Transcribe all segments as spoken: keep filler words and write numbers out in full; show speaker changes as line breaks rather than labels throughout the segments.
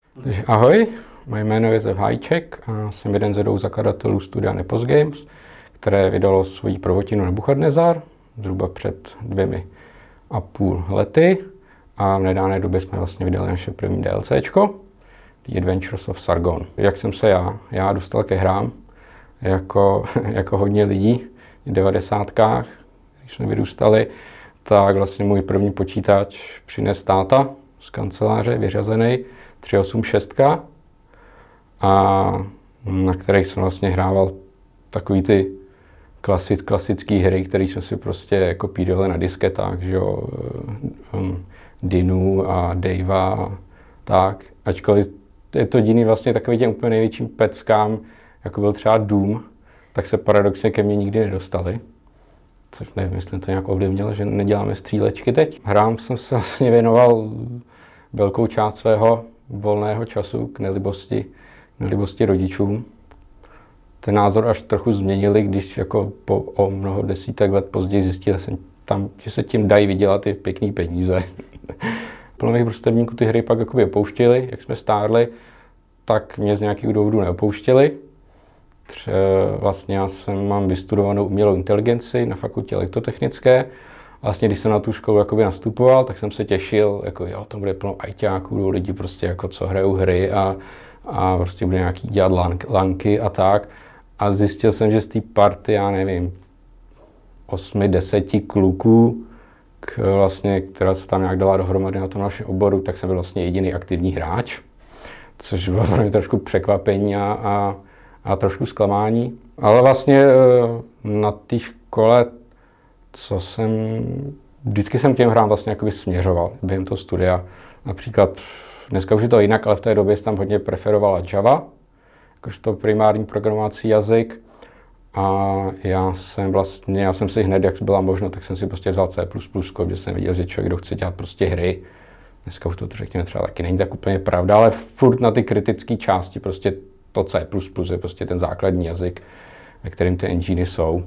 Takže ahoj, moje jméno je Josef Hájček a jsem jeden ze dvou zakladatelů studia Nepos Games, které vydalo svoji prvotinu Nebuchadnezzar zhruba před dvěmi a půl lety a v nedávné době jsme vlastně vydali naše první DLCčko, The Adventures of Sargon. Jak jsem se já, já dostal ke hrám, jako, jako hodně lidí v devadesátkách, když jsme vyrůstali, tak vlastně můj první počítač přines táta z kanceláře, vyřazený, tři osm šest, a na kterých jsem vlastně hrával takový ty klasit, klasické hry, které jsme si prostě kopírovali na disketách, že jo, um, Dinu a Davea a tak. Ačkoliv je to díný vlastně takový těm úplně největším peckám, jako byl třeba Doom, tak se paradoxně ke mně nikdy nedostali. Což nevím, jestli to nějak ovlivnilo, že neděláme střílečky teď. Hrám jsem se vlastně věnoval velkou část svého volného času k nelibosti, k nelibosti rodičům. Ten názor až trochu změnili, když jako po o mnoho desítek let později zjistil jsem tam, že se tím dají vydělat i pěkný peníze. Plno mých vrstevníků ty hry pak jakoby opouštěli, jak jsme stárli, tak mě z nějakých důvodů neopouštěli. Tře, vlastně já jsem mám vystudovanou umělou inteligenci na fakultě elektrotechnické. Vlastně když jsem na tu školu jakoby nastupoval, tak jsem se těšil, jako jo, tam bude plno ajťáků, lidi prostě jako co hrajou hry a, a prostě bude nějaký dělat lank, lanky a tak. A zjistil jsem, že z té party, já nevím, osmi, deseti kluků, k, vlastně, která se tam nějak dala dohromady na tom našem oboru, tak jsem byl vlastně jediný aktivní hráč, což bylo pro mě trošku překvapení a, a, a trošku zklamání. Ale vlastně na té škole, co jsem, vždycky jsem těm hrám vlastně jakoby směřoval během toho studia. Například, dneska už je to jinak, ale v té době jsem tam hodně preferovala Java, jakožto primární programovací jazyk. A já jsem vlastně, já jsem si hned, jak byla možno, tak jsem si prostě vzal C plus plus, kde jsem viděl, že člověk, kdo chce dělat prostě hry. Dneska už to řekněme třeba taky není tak úplně pravda, ale furt na ty kritické části prostě to C plus plus je prostě ten základní jazyk, ve kterém ty enginy jsou.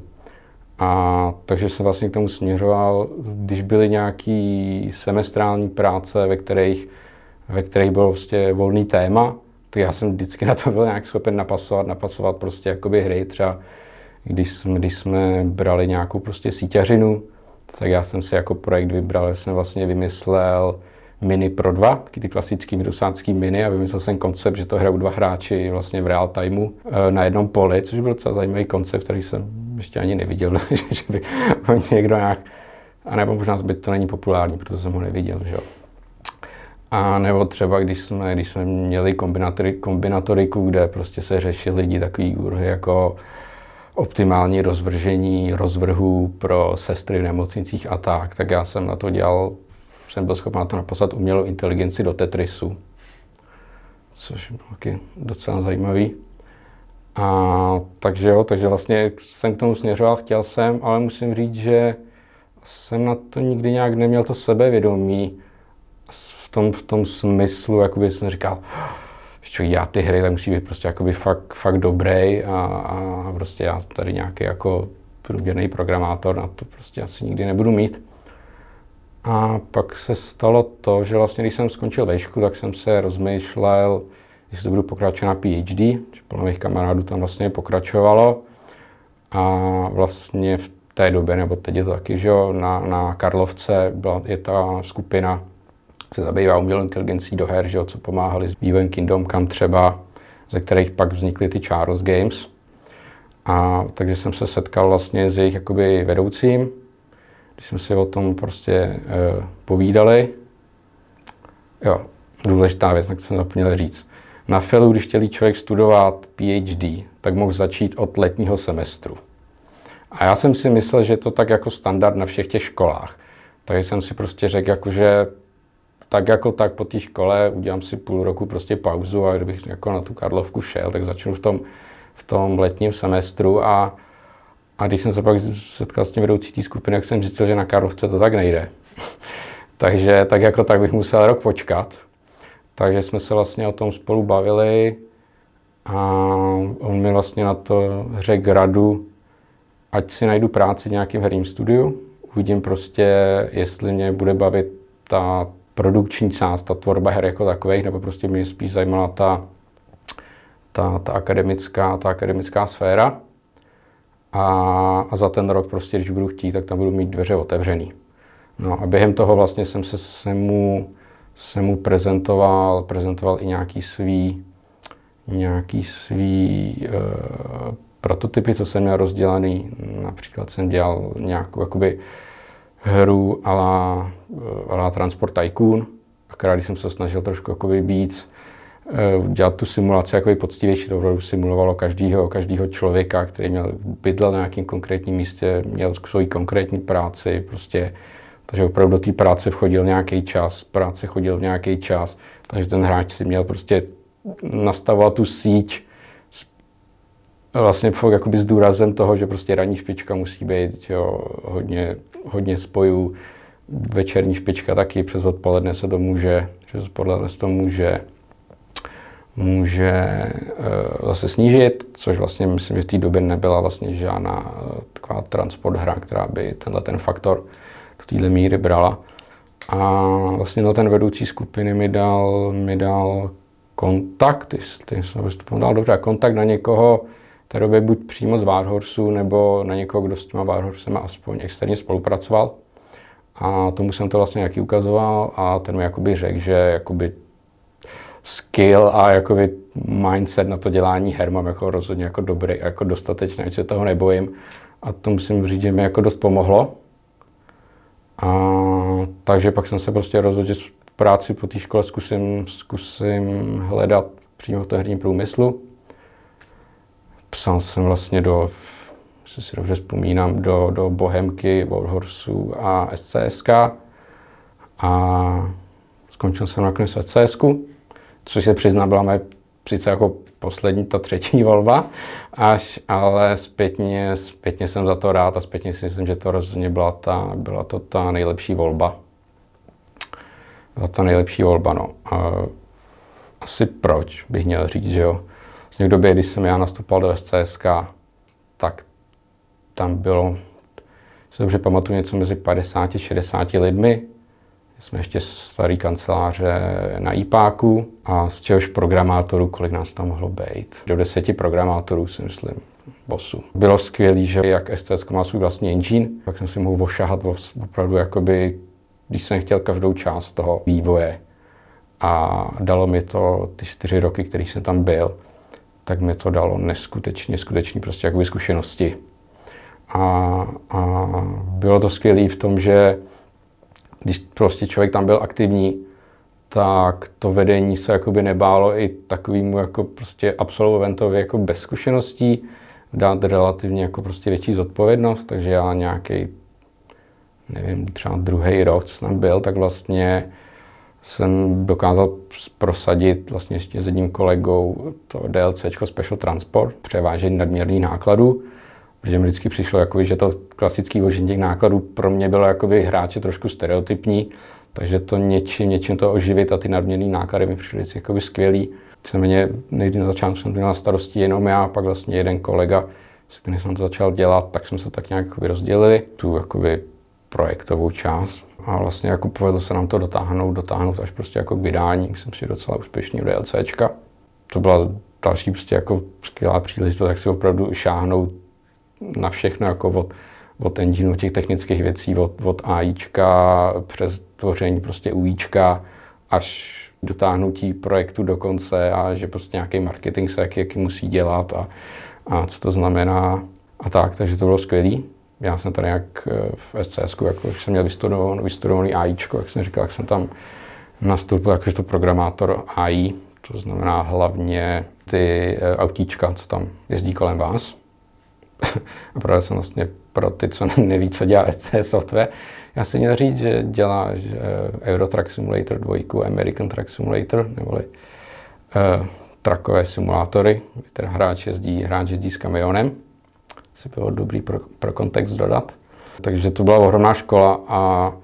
A takže jsem vlastně k tomu směřoval, když byly nějaký semestrální práce, ve kterých, ve kterých bylo prostě volný téma, tak já jsem vždycky na to byl nějak schopen napasovat, napasovat prostě jakoby hry. Třeba když jsme, když jsme brali nějakou prostě síťařinu, tak já jsem si jako projekt vybral, já jsem vlastně vymyslel mini pro dva, taky ty klasický rusácký mini, a vymyslel jsem koncept, že to hrajou dva hráči vlastně v real timeu na jednom poli, což byl docela zajímavý koncept, který jsem ještě ani neviděl, že by někdo nějak, a nebo možná by to není populární, protože jsem ho neviděl, že jo. A nebo třeba, když jsme, když jsme měli kombinatory, kombinatoriku, kde prostě se řešili lidi takový úrohy jako optimální rozvržení rozvrhů pro sestry v nemocnicích a tak, tak já jsem na to dělal, jsem byl schopen na to napsat umělou inteligenci do Tetrisu, což bylo taky docela zajímavý. A takže jo, takže vlastně jsem k tomu směřoval, chtěl jsem, ale musím říct, že jsem na to nikdy nějak neměl to sebevědomí v tom, v tom smyslu, jakoby jsem říkal, že já ty hry, tak musí být prostě jakoby fakt, fakt dobrý a, a prostě já tady nějaký jako průměrný programátor na to prostě asi nikdy nebudu mít. A pak se stalo to, že vlastně, když jsem skončil vejšku, tak jsem se rozmýšlel, jestli budu pokračovat na PhD, že plno mých kamarádů tam vlastně pokračovalo. A vlastně v té době, nebo teď je to taky, že jo, na, na Karlovce byla, je ta skupina, se zabývá umělou inteligencí do her, že jo, co pomáhali s vývojem Kingdom Come třeba, ze kterých pak vznikly ty Charles Games. A takže jsem se setkal vlastně s jejich jakoby vedoucím, když jsme si o tom prostě e, povídali. Jo, důležitá věc, tak jsem zapomněl říct. Na F E L u, když chtěl člověk studovat PhD, tak mohl začít od letního semestru. A já jsem si myslel, že je to tak jako standard na všech těch školách. Takže jsem si prostě řekl, jakože tak jako tak po té škole udělám si půl roku prostě pauzu a kdybych jako na tu Karlovku šel, tak začnu v tom, v tom letním semestru a, a když jsem se pak setkal s tím vedoucí té skupiny, tak jsem zjistil, že na Karlovce to tak nejde. Takže tak jako tak bych musel rok počkat. Takže jsme se vlastně o tom spolu bavili a on mi vlastně na to řekl radu, ať si najdu práci v nějakém herním studiu, uvidím prostě, jestli mě bude bavit ta produkční část, ta tvorba her jako takových, nebo prostě mě spíš zajímala ta, ta, ta, akademická, ta akademická sféra. A, a za ten rok prostě, když budu chtít, tak tam budu mít dveře otevřený. No a během toho vlastně jsem se jsem mu, jsem mu prezentoval, prezentoval i nějaký svý, nějaký svý uh, prototypy, co jsem měl rozdělaný. Například jsem dělal nějakou jakoby hru a la, a la Transport Tycoon, akorát když jsem se snažil trošku jakoby víc dělat tu simulaci jakoby poctivější, to opravdu simulovalo každýho, každýho člověka, který měl bydlel na nějakém konkrétním místě, měl svoji konkrétní práci, prostě, takže opravdu do té práce vchodil nějaký čas, práce chodil v nějaký čas, takže ten hráč si měl prostě nastavovat tu síť vlastně jakoby s důrazem toho, že prostě ranní špička musí být, jo, hodně, hodně spojů, večerní špička taky, přes odpoledne se to může, přes odpoledne se to může může uh, zase snížit, což vlastně myslím, že v té době nebyla vlastně žádná uh, taková transport hra, která by tenhle ten faktor do téhle míry brala. A vlastně na ten vedoucí skupiny mi dal, mi dal kontakt, jestli jsem to dal dobře, kontakt na někoho, v té době buď přímo z Warhorsu, nebo na někoho, kdo s těma Warhorsema aspoň externě spolupracoval. A tomu jsem to vlastně nějaký ukazoval a ten mi jakoby řekl, že jakoby skill a jakoby mindset na to dělání her mám jako rozhodně jako dobrý, jako dostatečný, že toho nebojím. A to musím říct, že mi jako dost pomohlo. A takže pak jsem se prostě rozhodl, že práci po té škole zkusím, zkusím hledat přímo v tom herním průmyslu. Psal jsem vlastně do, jestli si dobře vzpomínám, do, do Bohemky, Warhorsu a S C S K. A skončil jsem nakonec v S C S ku. Což se přiznám, byla moje sice jako poslední, ta třetí volba, až, ale zpětně, zpětně jsem za to rád a zpětně si myslím, že to rozhodně byla, ta, byla to ta nejlepší volba. Byla to nejlepší volba, no. A asi proč bych měl říct, že jo. V době, když jsem já nastupoval do S C S K, tak tam bylo, si dobře pamatuju, něco mezi padesát a šedesát lidmi. Jsme ještě starý kanceláře na IPáku a z čehož programátorů, kolik nás tam mohlo být. Do deseti programátorů si myslím, osm. Bylo skvělé, že jak S C S má svůj vlastní engine, tak jsem si mohl ošahat opravdu jakoby, když jsem chtěl každou část toho vývoje. A dalo mi to ty čtyři roky, který jsem tam byl, tak mi to dalo neskutečně, skutečně prostě jakoby zkušenosti. A, a bylo to skvělé v tom, že když prostě člověk tam byl aktivní, tak to vedení se jakoby nebálo i takovému jako prostě absolventovi jako bez zkušeností dát relativně jako prostě větší zodpovědnost, takže já nějaký, nevím, třeba druhý rok, co jsem byl, tak vlastně jsem dokázal prosadit vlastně ještě s jedním kolegou to DLCčko Special Transport, převážení nadměrných nákladů, protože mi vždycky přišlo, jakoby, že to klasické vložení těch nákladů pro mě bylo jakoby hráče trošku stereotypní, takže to něčím, něčím to oživit a ty nadměrné náklady mi přišly jakoby skvělý. Víceméně nejde na začátku jsem měl na starosti jenom já, pak vlastně jeden kolega, s kterým jsem to začal dělat, tak jsme se tak nějak rozdělili, tu jakoby projektovou část. A vlastně jako povedlo se nám to dotáhnout, dotáhnout až prostě jako k vydání, jsem si docela úspěšný u DLCčka. To byla další prostě jako skvělá příležitost, jak si opravdu šáhnout na všechno, jako od, od engineu těch technických věcí, od, od AIčka přes tvoření prostě UIčka až dotáhnutí projektu do konce a že prostě nějaký marketing se jaký, jaký musí dělat a, a co to znamená a tak, takže to bylo skvělý. Já jsem tady jak v S C S ku, jako jsem měl vystudovaný, vystudovaný AIčko, jak jsem říkal, jak jsem tam nastoupil jakožto programátor A I, to znamená hlavně ty autíčka, co tam jezdí kolem vás. A právě jsem vlastně pro ty, co neví, co dělá S C S software, já si měl říct, že dělá že Euro Truck Simulator dva, American Truck Simulator, neboli uh, truckové simulátory, kde hráč jezdí, hráč jezdí s kamionem. Si bylo dobrý pro, pro kontext dodat. Takže to byla ohromná škola a,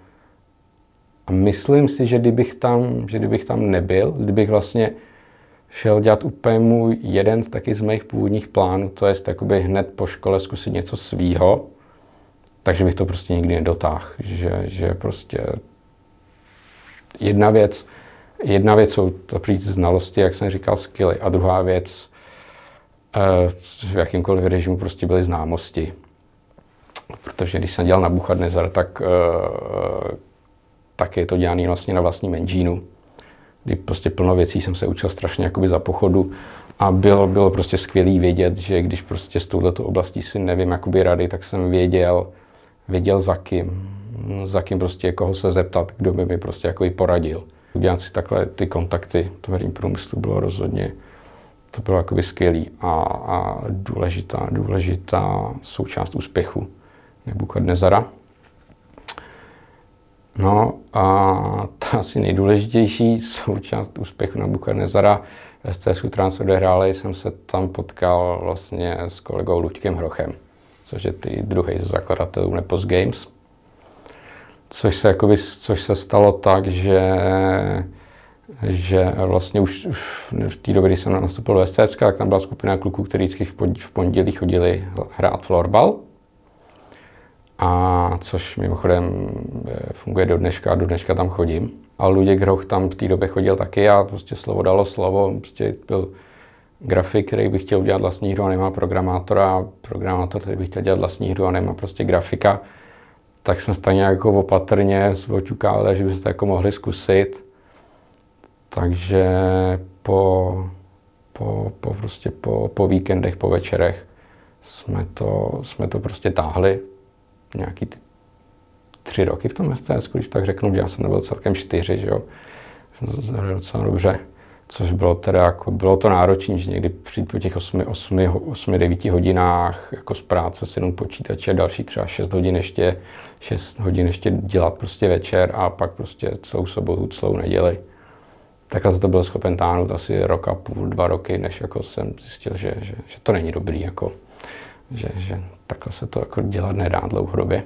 a myslím si, že kdybych tam, že kdybych tam nebyl, kdybych vlastně šel dělat úplně můj jeden taky z mých původních plánů, to je jakoby hned po škole zkusit něco svýho, takže bych to prostě nikdy nedotáhl, že, že prostě jedna věc, jedna věc jsou to přijít znalosti, jak jsem říkal, skilly, a druhá věc v jakýmkoliv režimu prostě byly známosti. Protože když jsem dělal Nabuchadnezzar, tak, tak je to dělaný vlastně na vlastním engineu, kdy prostě plno věcí jsem se učil strašně jakoby za pochodu a bylo, bylo prostě skvělý vědět, že když prostě s touhletou oblastí si nevím jakoby rady, tak jsem věděl, věděl za kým, za kým prostě koho se zeptat, kdo by mi prostě jakoby poradil. Udělat si takhle ty kontakty v herním průmyslu bylo rozhodně, to bylo jakoby skvělý a, a důležitá, důležitá součást úspěchu Nabuchadnezzara. No a ta asi nejdůležitější součást úspěchu Nabuchadnezzara v S C S, která se odehrála, jsem se tam potkal vlastně s kolegou Luďkem Hrochem, což je ty druhý z zakladatelů Nepos Games. Což se, jakoby, což se stalo tak, že, že vlastně už v té době, kdy jsem nastoupil do S C S, tak tam byla skupina kluků, kteří vždycky v pondělí chodili hrát florbal. A což mimochodem funguje do dneška, do dneška tam chodím. A Luděk Hroch tam v té době chodil taky a prostě slovo dalo slovo. Prostě byl grafik, který by chtěl udělat vlastní hru a nemá programátora. Programátor, který by chtěl dělat vlastní hru a nemá prostě grafika. Tak jsme stejně jako opatrně zvoťukávali, že by se to jako mohli zkusit. Takže po, po, po, prostě po, po víkendech, po večerech jsme to, jsme to prostě táhli. Nějaký ty tři roky v tom S C S, když tak řeknu, že já jsem nebyl celkem čtyři, že jo. Docela dobře. Což bylo teda jako, bylo to náročné, že někdy přijít po těch osmi devíti hodinách jako z práce, sedm počítače, další třeba šest hodin ještě, šest hodin ještě dělat prostě večer a pak prostě celou sobotu, celou neděli. Takhle se to byl schopen táhnout asi rok a půl, dva roky, než jako jsem zjistil, že, že, že to není dobrý, jako, že, že takhle se to jako dělat nedá dlouhodobě.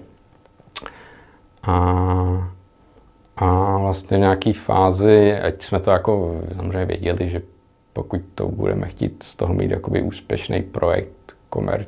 A A vlastně v nějaké fázi, ať jsme to jako samozřejmě věděli, že pokud to budeme chtít z toho mít jakoby úspěšný projekt, komer...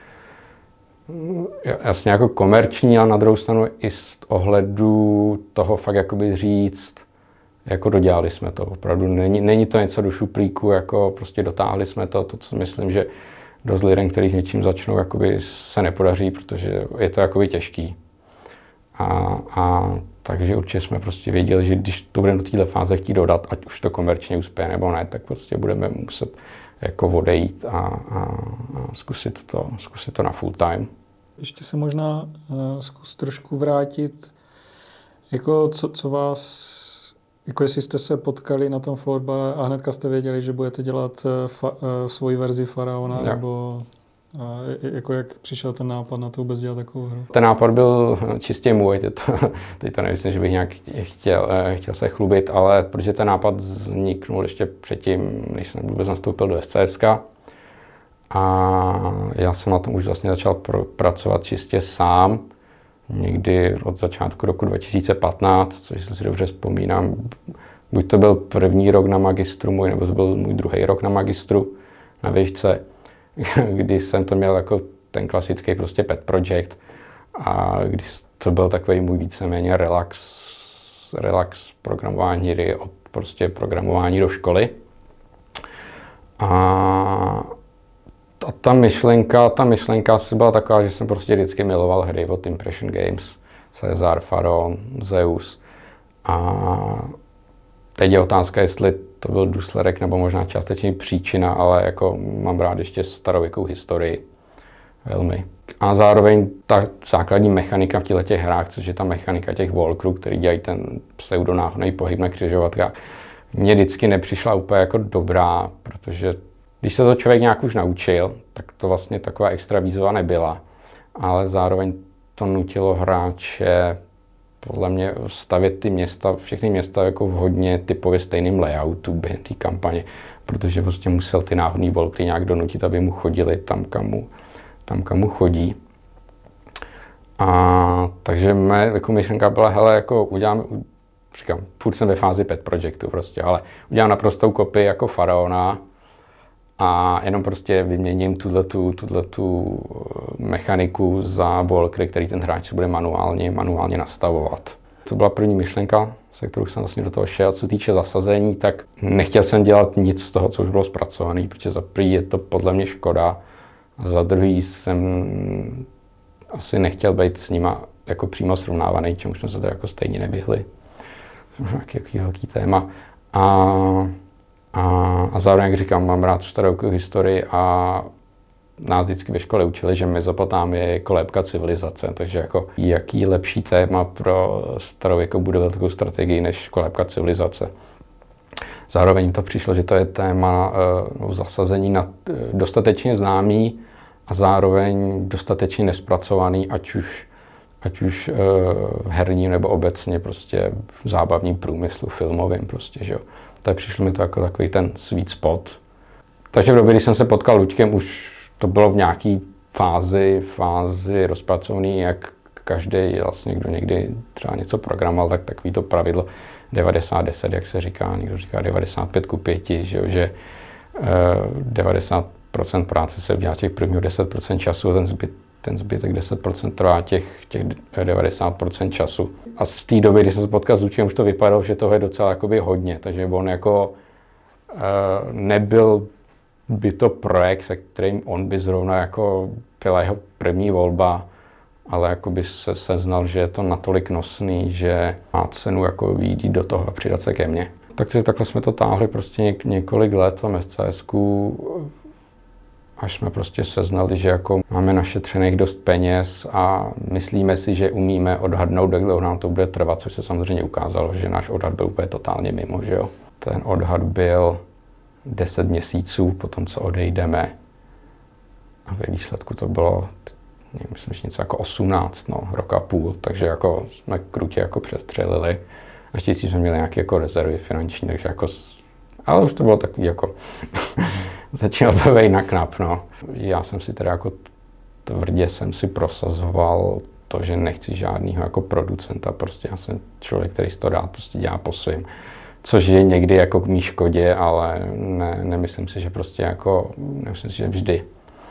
jasně jako komerční, a na druhou stranu i z ohledu toho fakt jakoby říct, jako dodělali jsme to opravdu. Není, není to něco do šuplíku, jako prostě dotáhli jsme to, to co myslím, že dost lidem, kteří s něčím začnou, jakoby se nepodaří, protože je to jakoby těžký. A, a takže určitě jsme prostě věděli, že když to budeme do této fáze chtít dodat, ať už to komerčně uspěje nebo ne, tak prostě budeme muset jako odejít a, a, a zkusit, to, zkusit to na full time.
Ještě se možná uh, zkus trošku vrátit, jako co, co vás, jako jestli jste se potkali na tom florbale a hnedka jste věděli, že budete dělat fa, uh, svoji verzi Faraona, ja. nebo... A jako jak přišel ten nápad na to vůbec dělat takovou hru?
Ten nápad byl čistě můj, teď to, teď to nemyslím, že bych nějak chtěl, chtěl se chlubit, ale protože ten nápad vzniknul ještě předtím, než jsem vůbec nastoupil do S C S ka. A já jsem na tom už vlastně začal pr- pracovat čistě sám, někdy od začátku roku dva tisíce patnáct, což si dobře vzpomínám. Buď to byl první rok na magistru můj, nebo to byl můj druhý rok na magistru na výšce, kdy jsem to měl jako ten klasický prostě pet project a když to byl takový můj víceméně relax, relax programování hry od prostě programování do školy. A ta, ta myšlenka, ta myšlenka asi byla taková, že jsem prostě vždycky miloval hry od Impression Games, Caesar, Pharaon, Zeus. A teď je otázka, jestli to byl důsledek nebo možná částečně příčina, ale jako mám rád ještě starověkou historii. Velmi. A zároveň ta základní mechanika v těchto těch hrách, což je ta mechanika těch walkthrough, který dělají ten pseudonáhodný pohyb na křižovatkách, mně vždycky nepřišla úplně jako dobrá, protože když se to člověk nějak už naučil, tak to vlastně taková extra výzva nebyla. Ale zároveň to nutilo hráče podle mě stavět ty města, všechny města jako v hodně typově stejným layoutu během té kampaně, protože prostě musel ty náhodný walkthrough nějak donutit, aby mu chodili tam, kam mu, tam, kam mu chodí. A takže mé jako myšlenka byla, hele, jako udělám, říkám, furt jsem ve fázi pet projectu prostě, ale udělám naprostou kopii jako Faraona a jenom prostě vyměním tuhletu, tuhletu mechaniku za walkthrough, který ten hráč bude manuálně, manuálně nastavovat. To byla první myšlenka, se kterou jsem vlastně do toho šel. Co se týče zasazení, tak nechtěl jsem dělat nic z toho, co už bylo zpracované, protože za prvý je to podle mě škoda, a za druhý jsem asi nechtěl být s nima jako přímo srovnávaný, čemu jsme se tady jako stejně nevyhli. To je nějaký, nějaký velký téma. A, a, a zároveň, jak říkám, mám rád tu starou historii a nás vždycky ve škole učili, že Mezopotámie je kolébka civilizace, takže jako jaký lepší téma pro starověkou budovatelskou strategii než kolébka civilizace. Zároveň to přišlo, že to je téma no, zasazení na dostatečně známý a zároveň dostatečně nespracovaný, ať už, ať už uh, herním nebo obecně prostě v zábavním průmyslu, filmovým prostě, že jo. Tak přišlo mi to jako takový ten sweet spot. Takže v době, kdy jsem se potkal Luďkem, už to bylo v nějaké fázi, fázi rozpracovaný, jak každý vlastně, kdo někdy třeba něco programoval, tak takový to pravidlo devadesát deset, jak se říká, někdo říká devadesát pět ku pěti, že, že uh, devadesát procent práce se udělá těch prvních deset procent času, ten, zbyt, ten zbytek deset procent trvá těch, těch devadesát procent času. A z té doby, kdy jsem se potkal s Lučkem, už to vypadalo, že toho je docela jakoby hodně, takže on jako uh, nebyl by to projekt, se kterým on by zrovna jako byla jeho první volba, ale jako by se seznal, že je to natolik nosný, že má cenu jako výjít do toho a přidat se ke mně. Takže takhle jsme to táhli prostě něk, několik let v M S C S ku, až jsme prostě seznali, že jako máme našetřených dost peněz a myslíme si, že umíme odhadnout, jak dlouho nám to bude trvat, což se samozřejmě ukázalo, že náš odhad byl úplně totálně mimo, že jo. Ten odhad byl deset měsíců po tom, co odejdeme. A ve výsledku to bylo, nevím, myslím, že něco jako osmnáct, no, rok a půl, takže jako jsme krutě jako přestřelili. Naštěstí jsme měli nějaké jako rezervy finanční, takže jako, ale už to bylo takový jako, začínalo to být na knap, no. Já jsem si teda jako tvrdě jsem si prosazoval to, že nechci žádnýho jako producenta, prostě já jsem člověk, který si to rád prostě dělá po svým. Což je někdy jako k mý škodě, ale ne, nemyslím si, že prostě jako, nemyslím si, že vždy.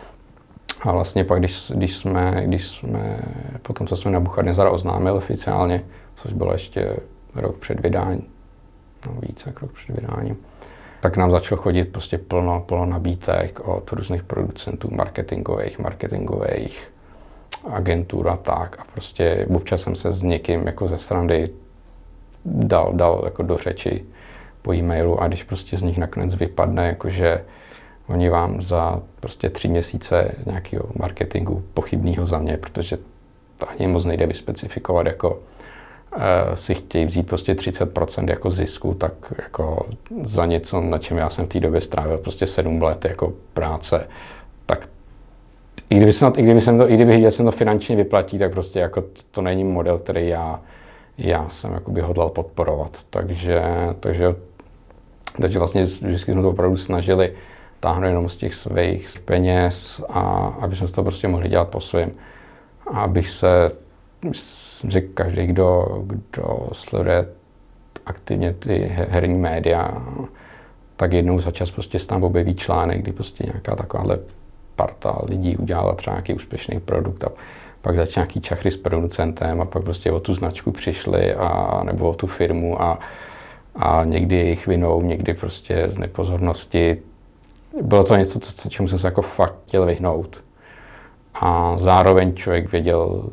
A vlastně pak, když, když jsme, když jsme, potom co jsme Nabuchadnezzara oznámili oficiálně, což bylo ještě rok před vydáním, no více jak rok před vydáním, tak nám začalo chodit prostě plno, plno nabídek od různých producentů marketingových, marketingových agentur a tak. A prostě občas jsem se s někým jako ze srandy dal, dal jako do řeči po e-mailu a když prostě z nich nakonec vypadne, jakože oni vám za prostě tři měsíce nějakého marketingu pochybného za mě, protože to ani moc nejde vyspecifikovat, jako uh, si chtějí vzít prostě třicet procent jako zisku, tak jako za něco, na čem já jsem v té době strávil prostě sedm let jako práce, tak i kdyby jsem, i kdyby jsem to, i kdyby viděl, jsem to finančně vyplatí, tak prostě jako to, to není model, který já já jsem jakoby hodlal podporovat, takže, takže, takže vlastně vždycky jsme to opravdu snažili táhnout jenom z těch svých peněz a aby jsme to prostě mohli dělat po svým. A abych se, myslím, že každý, kdo, kdo sleduje aktivně ty herní média, tak jednou za čas prostě tam objeví článek, kdy prostě nějaká takováhle parta lidí udělala třeba nějaký úspěšný produkt a pak začne nějaký čachry s producentem a pak prostě o tu značku přišli a nebo o tu firmu a, a někdy jejich vinou, někdy prostě z nepozornosti. Bylo to něco, co, čemu jsem se jako fakt chtěl vyhnout. A zároveň člověk věděl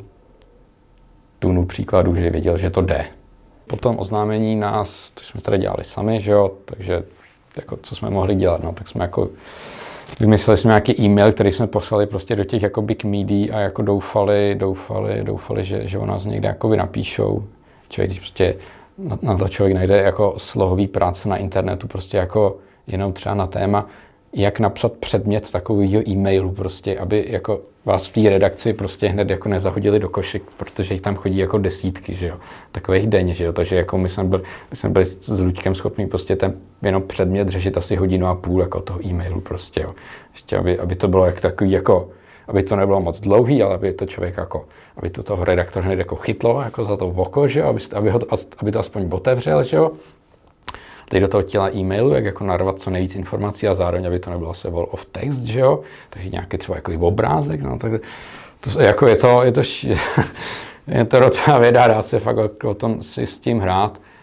tunu příkladů, že věděl, že to jde. Po tom oznámení nás, to jsme tady dělali sami, že jo, takže jako, co jsme mohli dělat, no, tak jsme jako vymysleli jsme nějaký e-mail, který jsme poslali prostě do těch jako big médií a jako doufali, doufali, doufali, že, že o nás někde jakoby napíšou. Člověk, když prostě na, na to člověk najde jako slohový práce na internetu, prostě jako jenom třeba na téma, jak napsat předmět takového e-mailu prostě, aby jako vás v té redakci prostě hned jako nezahodili do košek, protože jich tam chodí jako desítky, že jo, takových denně, že jo, takže jako my jsme byli, my jsme byli s Luďkem schopni prostě ten jenom předmět řešit asi hodinu a půl jako toho e-mailu prostě, jo. Ještě aby, aby to bylo jak takový jako, aby to nebylo moc dlouhý, ale aby to člověk jako, aby to toho redaktor hned jako chytlo jako za to oko, že jo, aby, aby, ho, aby to aspoň otevřel, že jo. Teď do toho těla e-mailu, jak jako narvat co nejvíc informací a zároveň, aby to nebylo se wall of text, že jo, takže nějaký třeba jako obrázek, no, tak to, jako je to, je to, je to docela věda, dá se fakt o tom si s tím hrát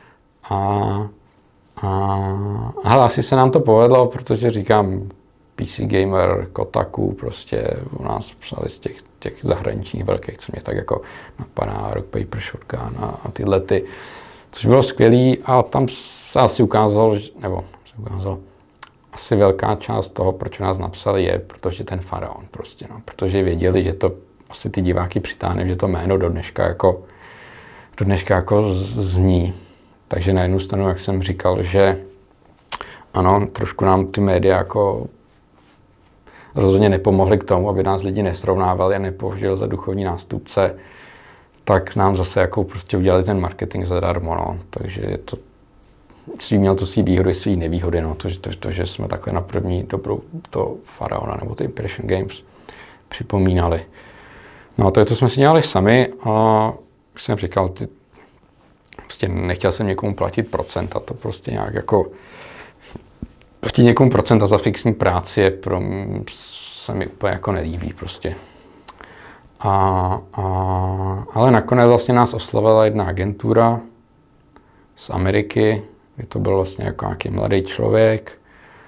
A, a, ale asi se nám to povedlo, protože říkám, P C Gamer, Kotaku, prostě u nás psali z těch, těch zahraničních velkých, co mě tak jako napadá, Rock Paper Shotgun a, a tyhle ty, což bylo skvělý a tam se asi ukázalo, nebo se ukázalo, asi velká část toho, proč nás napsali, je, protože ten faraon prostě, no, protože věděli, že to asi ty diváky přitáhne, že to jméno do dneška jako, do dneška jako zní. Takže na jednu stranu, jak jsem říkal, že ano, trošku nám ty média jako rozhodně nepomohly k tomu, aby nás lidi nesrovnávali a nepovažovali za duchovní nástupce, tak nám zase jako prostě udělali ten marketing zadarmo, no. Takže je to, svý měl to svý výhody, svý nevýhody, no. To, to, to, že jsme takhle na první dobrou to Faraona nebo ty Impression Games připomínali. No, to, to jsme si dělali sami a už jsem říkal, ty, prostě nechtěl jsem někomu platit procenta, to prostě nějak jako platit někomu procenta za fixní práci je pro mě, se mi úplně jako nelíbí prostě. A, a, ale nakonec vlastně nás oslovila jedna agentura z Ameriky, kdy to byl vlastně jako nějaký mladý člověk,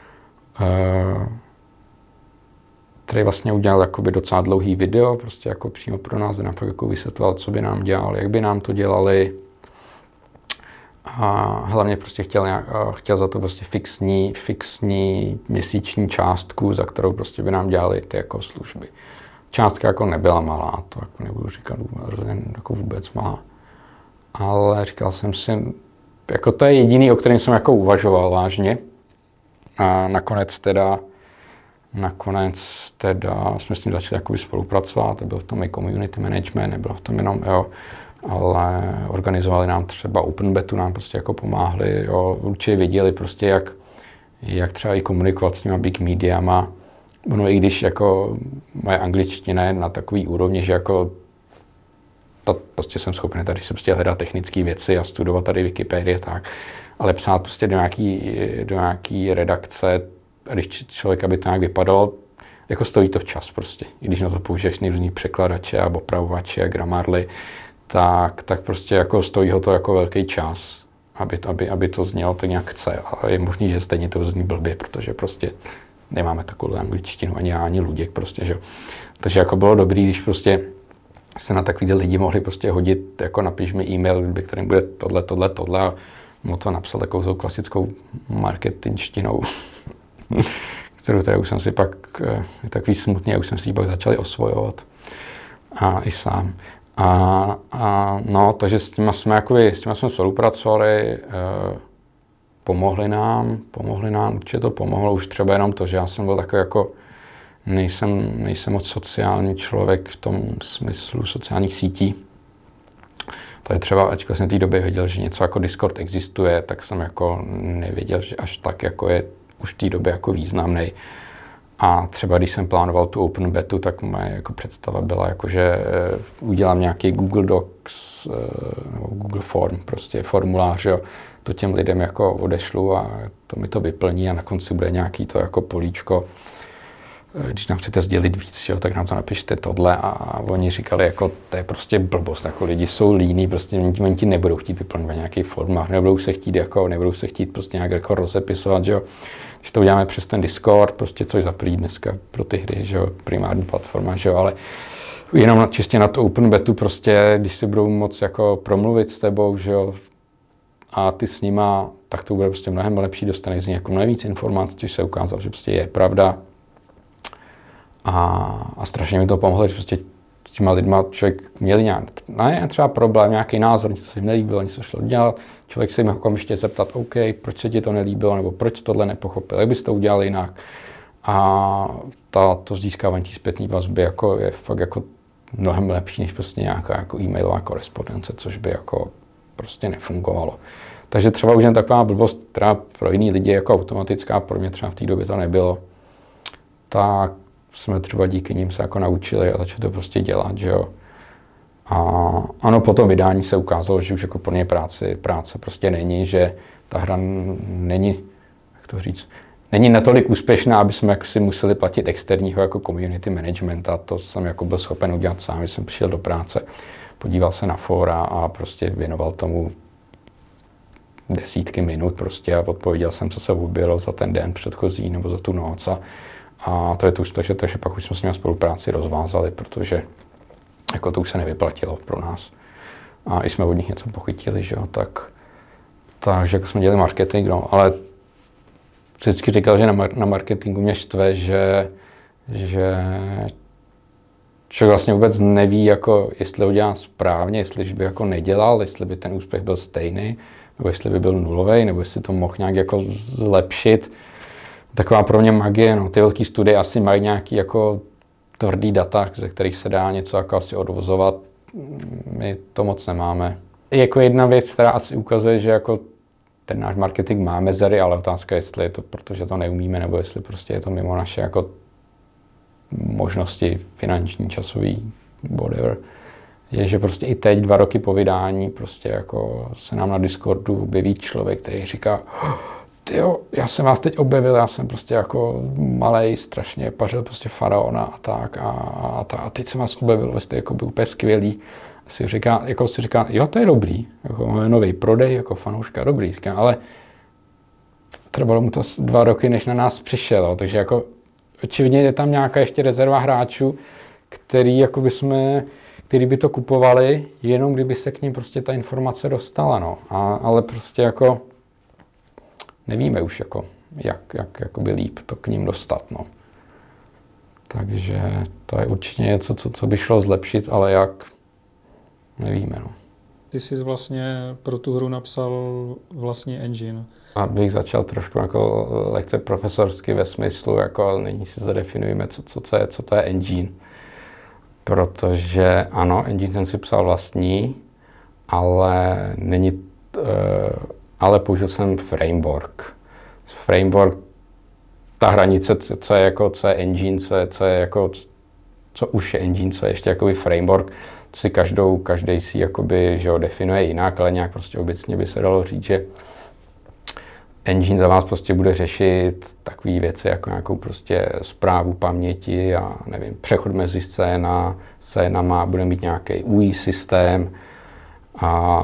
který vlastně udělal jakoby docela dlouhý video, prostě jako přímo pro nás, kde nám jako vysvětloval, co by nám dělal, jak by nám to dělali. A hlavně prostě chtěl, nějak, chtěl za to prostě fixní, fixní měsíční částku, za kterou prostě by nám dělali ty jako služby. Částka jako nebyla malá, to jako nebudu říkat jako vůbec malá. Ale říkal jsem si, jako to je jediný, o kterém jsem jako uvažoval vážně. A nakonec teda, nakonec teda jsme s ním začali jakoby spolupracovat, byl v tom i community management, nebylo v tom jenom, jo, ale organizovali nám třeba open betu, nám prostě jako pomáhli, jo, určitě věděli prostě, jak, jak třeba i komunikovat s těma big mediama. Ono i když jako moje angličtina je na takový úrovni, že jako to prostě jsem schopný tady se prostě hledat technické věci a studovat tady Wikipedii tak, ale psát prostě do nějaký, do nějaký redakce, a když člověk, aby to nějak vypadalo, jako stojí to včas prostě. I když na to použiješ nejrůzný překladače a opravovače a gramarly, tak, tak prostě jako stojí ho to jako velký čas, aby to, aby, aby to znělo to nějak chce. A je možný, že stejně to zní blbě, protože prostě nemáme takovou angličtinu ani já, ani Luděk prostě, že. Takže jako bylo dobrý, když prostě jste na takový lidi mohli prostě hodit, jako napiš mi e-mail, ve kterém bude tohle, tohle, tohle a mu to napsal takovou klasickou marketingštinou, kterou teda už jsem si pak, je takový smutný, a už jsem si ji pak začali osvojovat a i sám. A, a no, takže s těma jsme, jakoby, s těma jsme spolupracovali, eh, pomohli nám, pomohli nám, určitě to pomohlo, už třeba jenom to, že já jsem byl takový jako, nejsem, nejsem moc sociální člověk v tom smyslu sociálních sítí. To je třeba, ať jsem v té době věděl, že něco jako Discord existuje, tak jsem jako nevěděl, že až tak jako je už v té době jako významný. A třeba když jsem plánoval tu open betu, tak moje jako představa byla, jako, že udělám nějaký Google Docs nebo Google Form, prostě formulář, jo. To těm lidem jako odešlu a to mi to vyplní a na konci bude nějaký to jako políčko. Když nám chcete sdělit víc, jo, tak nám to napište tohle a oni říkali, jako to je prostě blbost, jako lidi jsou líní, prostě oni ti nebudou chtít vyplňovat nějaký formulář, nebudou se chtít jako, nebudou se chtít prostě nějak jako rozepisovat, že jo. Když to uděláme přes ten Discord, prostě což za prý dneska pro ty hry, že jo, primární platforma, že jo, ale jenom na, čistě na tu open betu prostě, když si budou moc jako promluvit s tebou, že jo, a ty s nima, tak to bude prostě mnohem lepší, dostaneš z ní jako mnohem víc informací, což se ukázalo, že prostě je pravda. A, a strašně mi to pomohlo, že prostě s těma lidma člověk měl nějak, ne, třeba problém, nějaký názor, něco se jim nelíbilo, něco šlo dělat, člověk se jim okamžitě zeptat, OK, proč se ti to nelíbilo, nebo proč tohle nepochopil, jak bys to udělal jinak. A ta, to získávání té zpětné vazby jako je fakt jako mnohem lepší, než prostě nějaká jako e-mailová korespondence, což by jako prostě nefungovalo. Takže třeba už jen taková blbost, která pro jiný lidi je jako automatická, pro mě třeba v té době to nebylo, tak jsme třeba díky nim se jako naučili a začali to prostě dělat, že jo. A ano, po tom vydání se ukázalo, že už jako pro ně práce, práce prostě není, že ta hra není, jak to říct, není natolik úspěšná, aby jsme jako si museli platit externího jako community management a to jsem jako byl schopen udělat sám, že jsem přišel do práce, podíval se na fóra a prostě věnoval tomu desítky minut prostě a odpověděl jsem, co se objevilo za ten den předchozí nebo za tu noc a, a to je to úspěch, takže pak už jsme s nimi spolupráci rozvázali, protože jako to už se nevyplatilo pro nás. A i jsme od nich něco pochytili, že jo, tak, takže jako jsme dělali marketing, no, ale vždycky říkal, že na, mar- na marketingu mě štve, že, že člověk vlastně vůbec neví, jako, jestli ho dělá správně, jestli by jako nedělal, jestli by ten úspěch byl stejný, nebo jestli by byl nulový, nebo jestli to mohl nějak jako zlepšit. Taková pro mě magie, no, ty velké studie asi mají nějaký jako tvrdý data, ze kterých se dá něco jako asi odvozovat. My to moc nemáme. Jako jedna věc, která asi ukazuje, že jako ten náš marketing má mezery, ale otázka je, jestli je to protože to neumíme, nebo jestli prostě je to mimo naše jako možnosti finanční, časový, whatever. Je, že prostě i teď, dva roky po vydání, prostě jako se nám na Discordu objeví člověk, který říká, tyjo, já jsem vás teď objevil, já jsem prostě jako malej, strašně pařil prostě faraona a tak a, a, a, a teď jsem vás objevil, vy jste jako byl úplně skvělý. A si říká, jako si říká, jo, to je dobrý, jako máme nový prodej, jako fanouška, dobrý, říká, ale trvalo mu to dva roky, než na nás přišel, takže jako očividně je tam nějaká ještě rezerva hráčů, který, jako by jsme, který by to kupovali, jenom kdyby se k ním prostě ta informace dostala, no. A, ale prostě jako nevíme už, jako, jak, jak jakoby líp to k ním dostat, no. Takže to je určitě něco, co, co by šlo zlepšit, ale jak, nevíme, no.
Ty jsi vlastně pro tu hru napsal vlastní engine.
Abych začal trošku jako lehce profesorsky ve smyslu, jako nyní si zadefinujeme, co, co, co, je, co to je engine. Protože ano, engine jsem si psal vlastní, ale není, ale použil jsem framework. Framework, ta hranice, co je jako, co je engine, co je, co je jako, co už je engine, co je ještě jakoby framework, si každou, každý si jakoby, že ho definuje jinak, ale nějak prostě obecně by se dalo říct, že engine za vás prostě bude řešit takové věci jako nějakou prostě správu paměti a nevím, přechod mezi scéna, scénama, bude mít nějaký U I systém a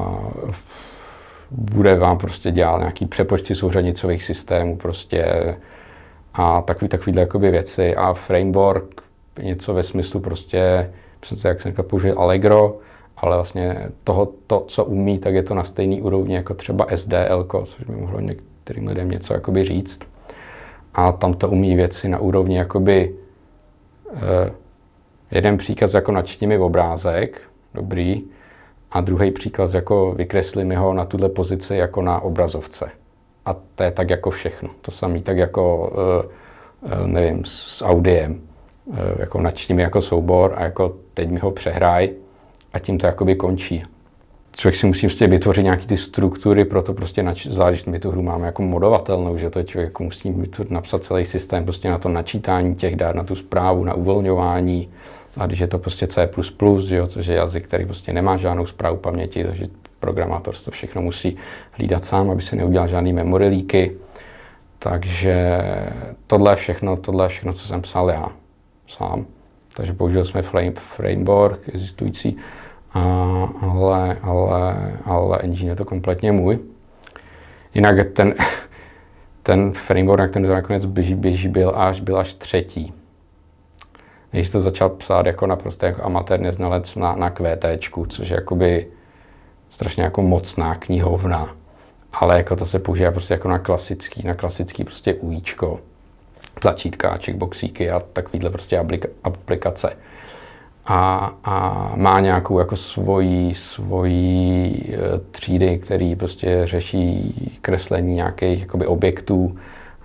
bude vám prostě dělat nějaký přepočty souřadnicových systémů prostě a takový, takovýhle jakoby věci a framework něco ve smyslu prostě, jak jsem říkal, použil Allegro, ale vlastně toho, to, co umí, tak je to na stejný úrovni jako třeba S D L, což by mohlo některým lidem něco jakoby říct. A tam to umí věci na úrovni jakoby eh, jeden příkaz jako načti mi obrázek, dobrý, a druhý příkaz jako vykresli mi ho na tuhle pozici jako na obrazovce. A to je tak jako všechno. To samé tak jako, eh, nevím, s audiem. Jako načti mi jako soubor a jako teď mi ho přehraj a tím to jakoby končí. Člověk si musí prostě vytvořit nějaký ty struktury, proto prostě nač- zvlášť my tu hru máme jako modovatelnou, že to člověk jako musí napsat celý systém prostě na to načítání těch dat, na tu správu, na uvolňování a když je to prostě C plus plus, že jo, což je jazyk, který prostě nemá žádnou správu paměti, takže programátor to všechno musí hlídat sám, aby se neudělal žádný memory leaky. Takže tohle je všechno, tohle je všechno, co jsem psal já sám. Takže použili jsme flame, framework existující, a, ale, ale, ale engine je to kompletně můj. Jinak ten, ten framework, na kterém to nakonec běží, běží byl až, byl až třetí. Když to začal psát jako naprosto jako amatér neznalec na, na QTčku, což je jakoby strašně jako mocná knihovna. Ale jako to se používá prostě jako na klasický, na klasický prostě UIčko. Tlačítka, checkboxíky a takovýhle prostě aplikace. A, a má nějakou jako svoji, svoji třídy, který prostě řeší kreslení nějakých jakoby objektů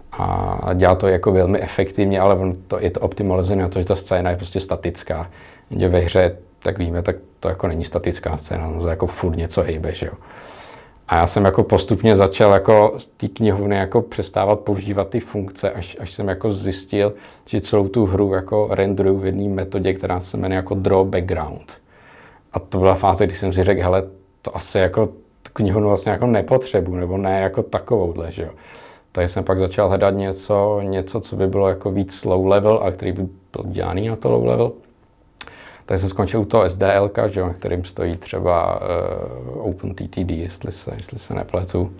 a dělá to jako velmi efektivně, ale to, je to optimalizované na to, že ta scéna je prostě statická. Jenže ve hře, tak víme, tak to jako není statická scéna, to jako furt něco hejbe, že jo. A já jsem jako postupně začal jako z té knihovny jako přestávat používat ty funkce, až, až jsem jako zjistil, že celou tu hru jako renderuju v jedné metodě, která se jmenuje jako draw background. A to byla fáze, kdy jsem si řekl, hele, to asi jako knihovnu vlastně jako nepotřebuji, nebo ne jako takovouhle, že jo. Takže jsem pak začal hledat něco, něco, co by bylo jako víc low level a který by byl dělaný na to low level. tak jsem skončil u toho S D L, že, na kterým stojí třeba uh, OpenTTD, jestli se, jestli se nepletu.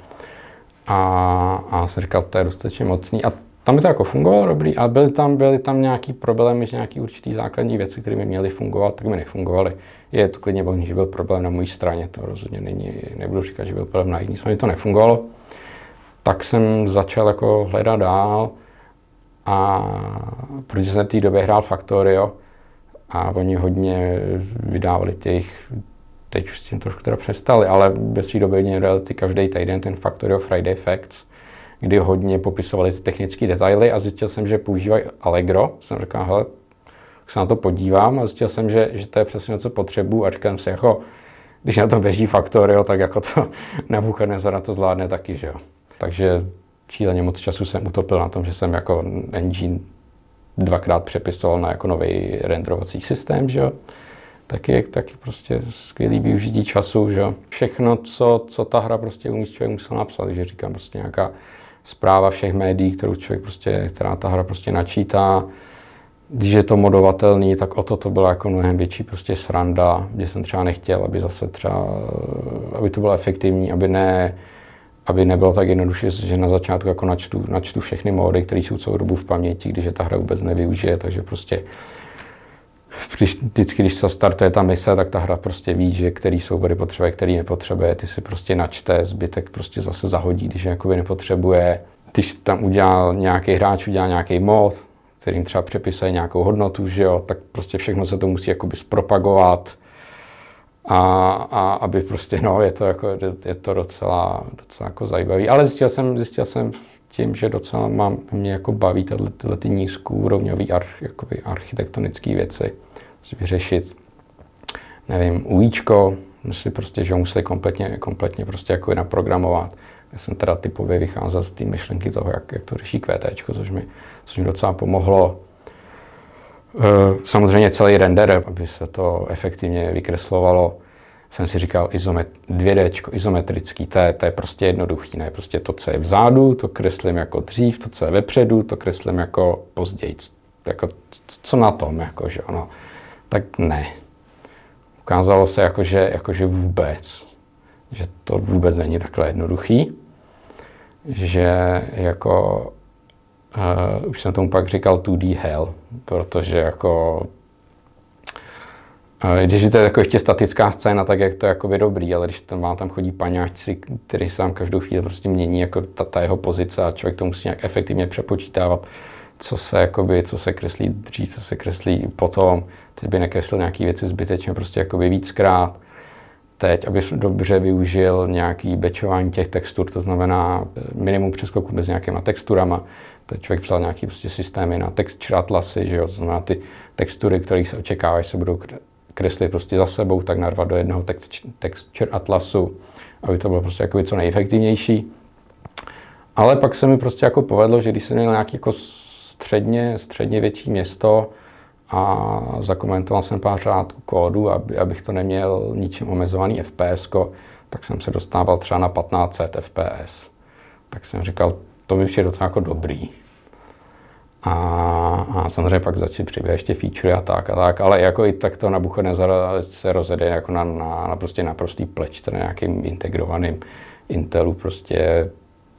A, a jsem říkal, to je dostatečně mocný. A tam mi to jako fungovalo dobrý, ale byly tam, byly tam nějaký problémy, že nějaký určitý základní věci, které mi měly fungovat, tak mi nefungovaly. Je to klidně možný, že byl problém na mojí straně, to rozhodně není, nebudu říkat, že byl problém na jiný, mi to nefungovalo. Tak jsem začal jako hledat dál a protože jsem v té době hrál Factorio a oni hodně vydávali těch, teď už s tím trošku teda přestali, ale ve své době oni dali ty každý týden ten Factorio Friday Facts, kdy hodně popisovali ty technické detaily a zjistil jsem, že používají Allegro. Jsem říkal, hele, se na to podívám a zjistil jsem, že, že to je přesně co potřebuji a říkám si, jako, když na to běží Factorio, tak jako to Nabuchodonosor na to zvládne taky, že jo. Takže šíleně moc času jsem utopil na tom, že jsem jako engine dvakrát přepisoval na jako nový renderovací systém, že jo. Taky, taky prostě skvělý využití času, že jo. Všechno, co, co ta hra prostě umí, člověk musel napsat, že říkám prostě nějaká zpráva všech médií, kterou člověk prostě, která ta hra prostě načítá. Když je to modovatelný, tak o to to byla jako mnohem větší prostě sranda, že jsem třeba nechtěl, aby zase třeba, aby to bylo efektivní, aby ne, aby nebylo tak jednoduše, že na začátku jako načtu, načtu všechny módy, které jsou celou dobu v paměti, když je ta hra vůbec nevyužije, takže prostě když, vždycky, když se startuje ta mise, tak ta hra prostě ví, že který soubory potřebuje, který nepotřebuje, ty si prostě načte, zbytek prostě zase zahodí, když je jakoby nepotřebuje. Když tam udělal nějaký hráč, udělá nějaký mod, kterým třeba přepisuje nějakou hodnotu, že jo, tak prostě všechno se to musí jakoby zpropagovat a, a aby prostě, no, je to jako, je to docela, docela jako zajímavý. Ale zjistil jsem, zjistil jsem tím, že docela mám, mě jako baví tato, tyhle ty nízkoúrovňový arch, jakoby architektonické věci vyřešit. Nevím, UIčko, si prostě, že museli kompletně, kompletně prostě jako naprogramovat. Já jsem teda typově vycházel z té myšlenky toho, jak, jak to řeší QTčko, což mi, což mi docela pomohlo. Samozřejmě celý render, aby se to efektivně vykreslovalo, jsem si říkal izomet, dvě dé, izometrický, to je, to je prostě jednoduchý, ne? Prostě to, co je vzadu, to kreslím jako dřív, to, co je vepředu, to kreslím jako později. Jako, co na tom, jako, že ono? Tak ne. Ukázalo se, jako, že, jako, že vůbec, že to vůbec není takhle jednoduchý, že jako, uh, už jsem tomu pak říkal two D hell, protože jako když je to jako ještě statická scéna, tak je to jakoby dobrý, ale když tam, tam chodí paňáčci, který se tam každou chvíli prostě mění jako ta, ta jeho pozice a člověk to musí nějak efektivně přepočítávat, co se, jakoby, co se kreslí dřív, co se kreslí potom, teď by nekreslil nějaký věci zbytečně prostě jakoby víckrát. Teď, aby dobře využil nějaký batchování těch textur, to znamená minimum přeskoku mezi nějakýma texturama. Teď člověk psal nějaký prostě systémy na texture atlasy, že jo, to znamená ty textury, které se očekávají, se budou kreslit prostě za sebou, tak narvat do jednoho texture atlasu, aby to bylo prostě jako co nejefektivnější. Ale pak se mi prostě jako povedlo, že když jsem měl nějaký jako středně, středně větší město a zakomentoval jsem pár řádků kódu, aby, abych to neměl ničím omezovaný F P S ko, tak jsem se dostával třeba na patnáct set F P S. Tak jsem říkal, to mi je docela jako dobrý. A, a samozřejmě pak začali přibývat ještě feature a tak a tak, ale jako i tak to Nabuchodonosor se rozjede jako na, na, na prostě naprostý plečce, na nějakým integrovaným Intelu prostě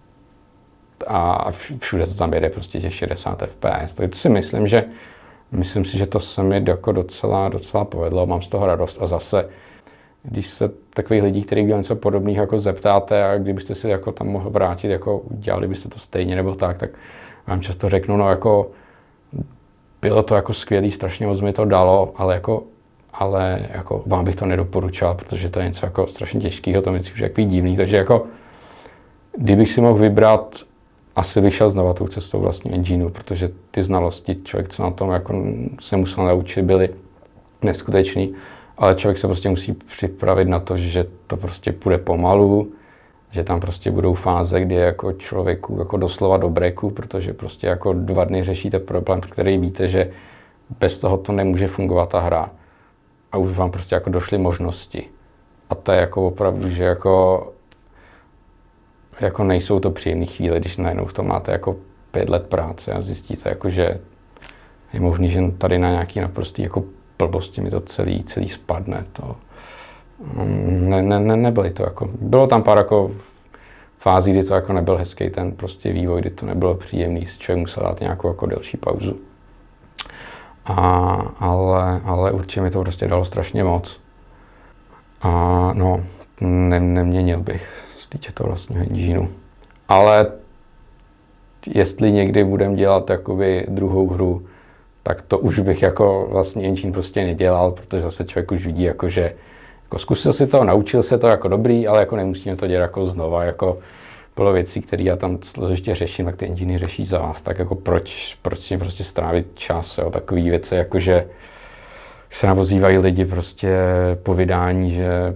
a všude to tam jede prostě těch šedesát F P S. Tak to si myslím, že myslím si, že to se mi jako docela, docela povedlo, mám z toho radost a zase, když se takových lidí, kteří dělají něco podobného, jako zeptáte a kdybyste si jako tam mohli vrátit, jako dělali byste to stejně nebo tak, tak vám často řeknu, no jako bylo to jako skvělý, strašně moc mi to dalo, ale jako, ale jako vám bych to nedoporučoval, protože to je něco jako strašně těžkého, to mi přijde jako divný, takže jako kdybych si mohl vybrat, asi bych šel znova tou cestou vlastního engineu, protože ty znalosti člověk, co na tom jako se musel naučit, byly neskutečný, ale člověk se prostě musí připravit na to, že to prostě půjde pomalu, že tam prostě budou fáze, kdy je jako člověku jako doslova do breaku, protože prostě jako dva dny řešíte problém, který víte, že bez toho to nemůže fungovat ta hra. A už vám prostě jako došly možnosti. A to je jako opravdu, že jako, jako nejsou to příjemné chvíle, když najednou v tom máte jako pět let práce a zjistíte, jako, že je možný, že tady na nějaký naprostý jako blbosti mi to celý, celý spadne. To, ne, ne, ne, nebyly to jako, bylo tam pár jako fází, kdy to jako nebyl hezký ten prostě vývoj, kdy to nebylo příjemný, si člověk musel dát nějakou jako delší pauzu. A, ale, ale určitě mi to prostě dalo strašně moc. A no, ne, neměnil bych z týče toho vlastního engineu. Ale jestli někdy budem dělat jakoby druhou hru, tak to už bych jako vlastní engine prostě nedělal, protože zase člověk už vidí, jako že jako zkusil si to, naučil se to jako dobrý, ale jako nemusíme to dělat jako znova, jako bylo věcí, které já tam složitě řeším, jak ty enginy řeší za vás, tak jako proč, proč si prostě strávit čas, jo, takový věci, jako že se navozívají lidi prostě po vydání, že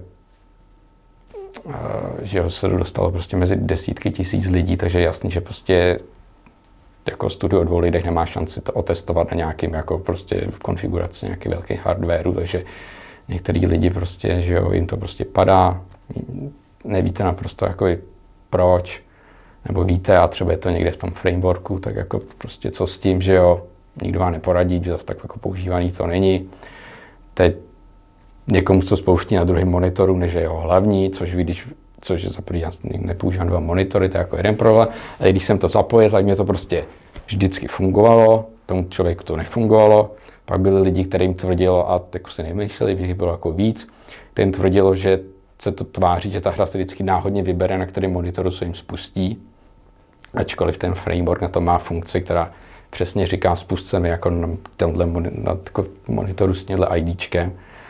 že ho se dostalo prostě mezi desítky tisíc lidí, takže je jasný, že prostě jako studio o dvou lidech nemá šanci to otestovat na nějakým jako prostě konfiguraci nějaký velký hardwareu, takže některý lidi prostě, že jo, jim to prostě padá, nevíte naprosto jako proč, nebo víte a třeba je to někde v tom frameworku, tak jako prostě co s tím, že jo, nikdo vám neporadí, že zase tak jako používaný to není. Teď někomu to spouští na druhém monitoru, než je jeho hlavní, což ví, když, což je za první, já nepoužívám dva monitory, to je jako jeden problém, ale když jsem to zapojil, tak mě to prostě vždycky fungovalo, tomu člověku to nefungovalo, pak byli lidi, kterým tvrdilo, a jako si nemysleli, že jich bylo jako víc, kterým tvrdilo, že se to tváří, že ta hra se vždycky náhodně vybere, na kterém monitoru se jim spustí, ačkoliv ten framework na to má funkci, která přesně říká spust se mi jako na tomhle na monitoru s tímhle IDčkem.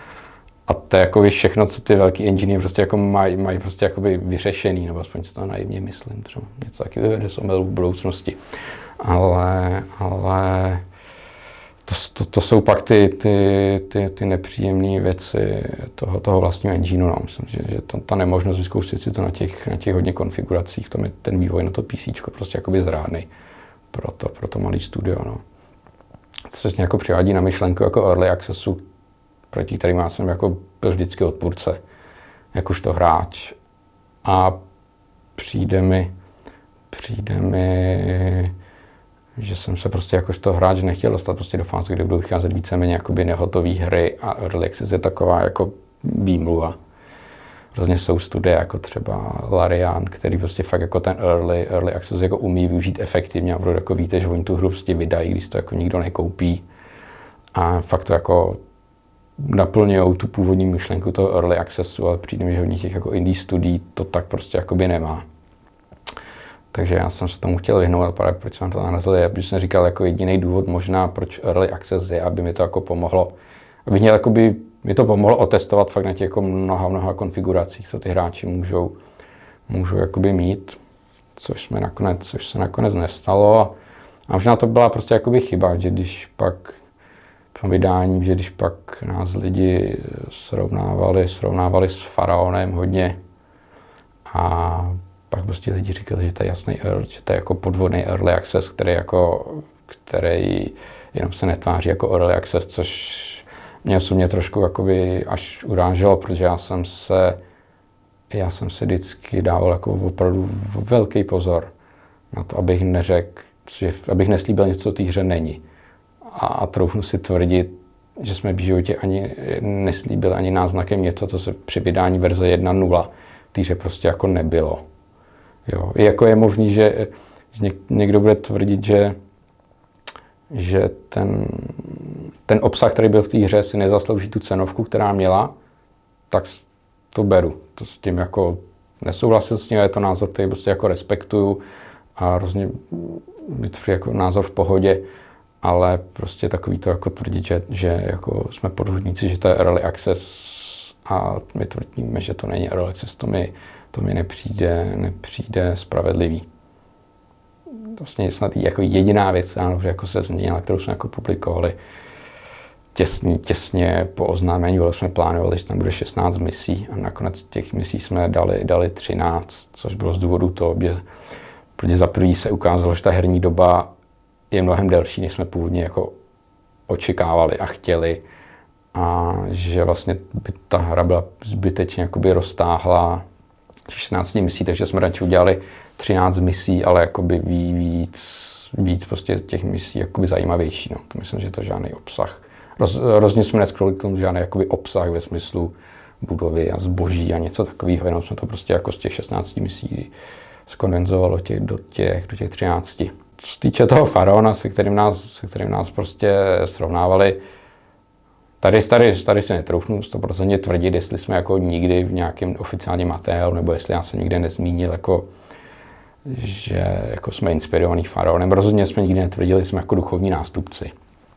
A to je jako všechno, co ty velký enginy prostě jako mají, mají prostě jakoby vyřešený, nebo aspoň si to naivně myslím, třeba něco taky vyvede z omylu v budoucnosti. Ale, ale to, to, to jsou pak ty, ty, ty, ty nepříjemné věci toho, toho vlastního engineu. No. Myslím, že, že to, ta nemožnost vyzkoušet si to na těch, na těch hodně konfiguracích, to je ten vývoj na to PCčko prostě jakoby zrádnej pro to, pro to malý studio. No. To se jako přivádí na myšlenku jako early accessu, proti kterým já jsem jako byl vždycky odpůrce, jakožto hráč. A přijde mi, přijde mi, že jsem se prostě jakožto hráč nechtěl dostat prostě do fáze, kde budou vycházet víceméně jakoby nehotový hry a early access je taková jako výmluva. Hrozně jsou studie jako třeba Larian, který prostě fakt jako ten early, early access jako umí využít efektivně a jako víte, že oni tu hru prostě vydají, když to jako nikdo nekoupí. A fakt to jako naplňujou tu původní myšlenku toho early accessu, ale přijde mi, že hodně těch jako indie studií to tak prostě jakoby nemá. Takže já jsem se tomu chtěl vyhnout, ale právě proč jsem to narazil, je, protože jsem říkal jako jediný důvod možná, proč early access je, aby mi to jako pomohlo, aby mě jakoby, mi to pomohlo otestovat fakt na těch jako mnoha, mnoha konfiguracích, co ty hráči můžou, můžou jakoby mít, což, jsme nakonec, což se nakonec nestalo. A možná to byla prostě jakoby chyba, že když pak po vydání, že když pak nás lidi srovnávali, srovnávali s Faraonem hodně a pak prostě lidi říkali, že to je jasný, že to je jako podvodný early access, který, jako, který jenom se netváří jako early access, což mě osobně trošku jakoby až uráželo, protože já jsem se, já jsem se vždycky dával jako opravdu velký pozor na to, abych neřekl, že, abych neslíbil něco, co té hře není. A, a troufnu si tvrdit, že jsme v životě ani neslíbili ani náznakem něco, co se při vydání verze jedna tečka nula té hře prostě jako nebylo. Jo. I jako je možný, že někdo bude tvrdit, že, že ten, ten obsah, který byl v té hře, si nezaslouží tu cenovku, která měla, tak to beru. To s tím jako nesouhlasil s tím, je to názor, který prostě jako respektuju a hrozně mi to jako názor v pohodě, ale prostě takový to jako tvrdit, že, že jako jsme podvodníci, že to je early access a my tvrdíme, že to není early access, to mi, to mi nepřijde, nepřijde spravedlivý. Vlastně snad jako jediná věc, jako se změnila, kterou jsme jako publikovali těsně, těsně po oznámení, bylo jsme plánovali, že tam bude šestnáct misí a nakonec těch misí jsme dali, dali třináct, což bylo z důvodu toho, že protože za první se ukázalo, že ta herní doba je mnohem delší, než jsme původně jako očekávali a chtěli a že vlastně by ta hra byla zbytečně jakoby roztáhla šestnáct misí, takže jsme radši udělali třináct misí, ale jakoby víc, víc prostě těch misí jakoby zajímavější. No. To myslím, že to žádný obsah roz, rozhodně jsme neskrolili k tomu žádný jakoby obsah ve smyslu budovy a zboží a něco takového, jenom jsme to prostě jako z těch šestnácti misí skondenzovalo těch, do, těch, do těch třinácti. Co se týče toho faraona, se kterým nás, se kterým nás prostě srovnávali, tady, tady, tady si netroufnu sto procent tvrdit, jestli jsme jako nikdy v nějakém oficiálním materiálu, nebo jestli já se nikde nezmínil, jako, že jako jsme inspirovaní faraonem. Rozhodně jsme nikdy netvrdili, jsme jako duchovní nástupci.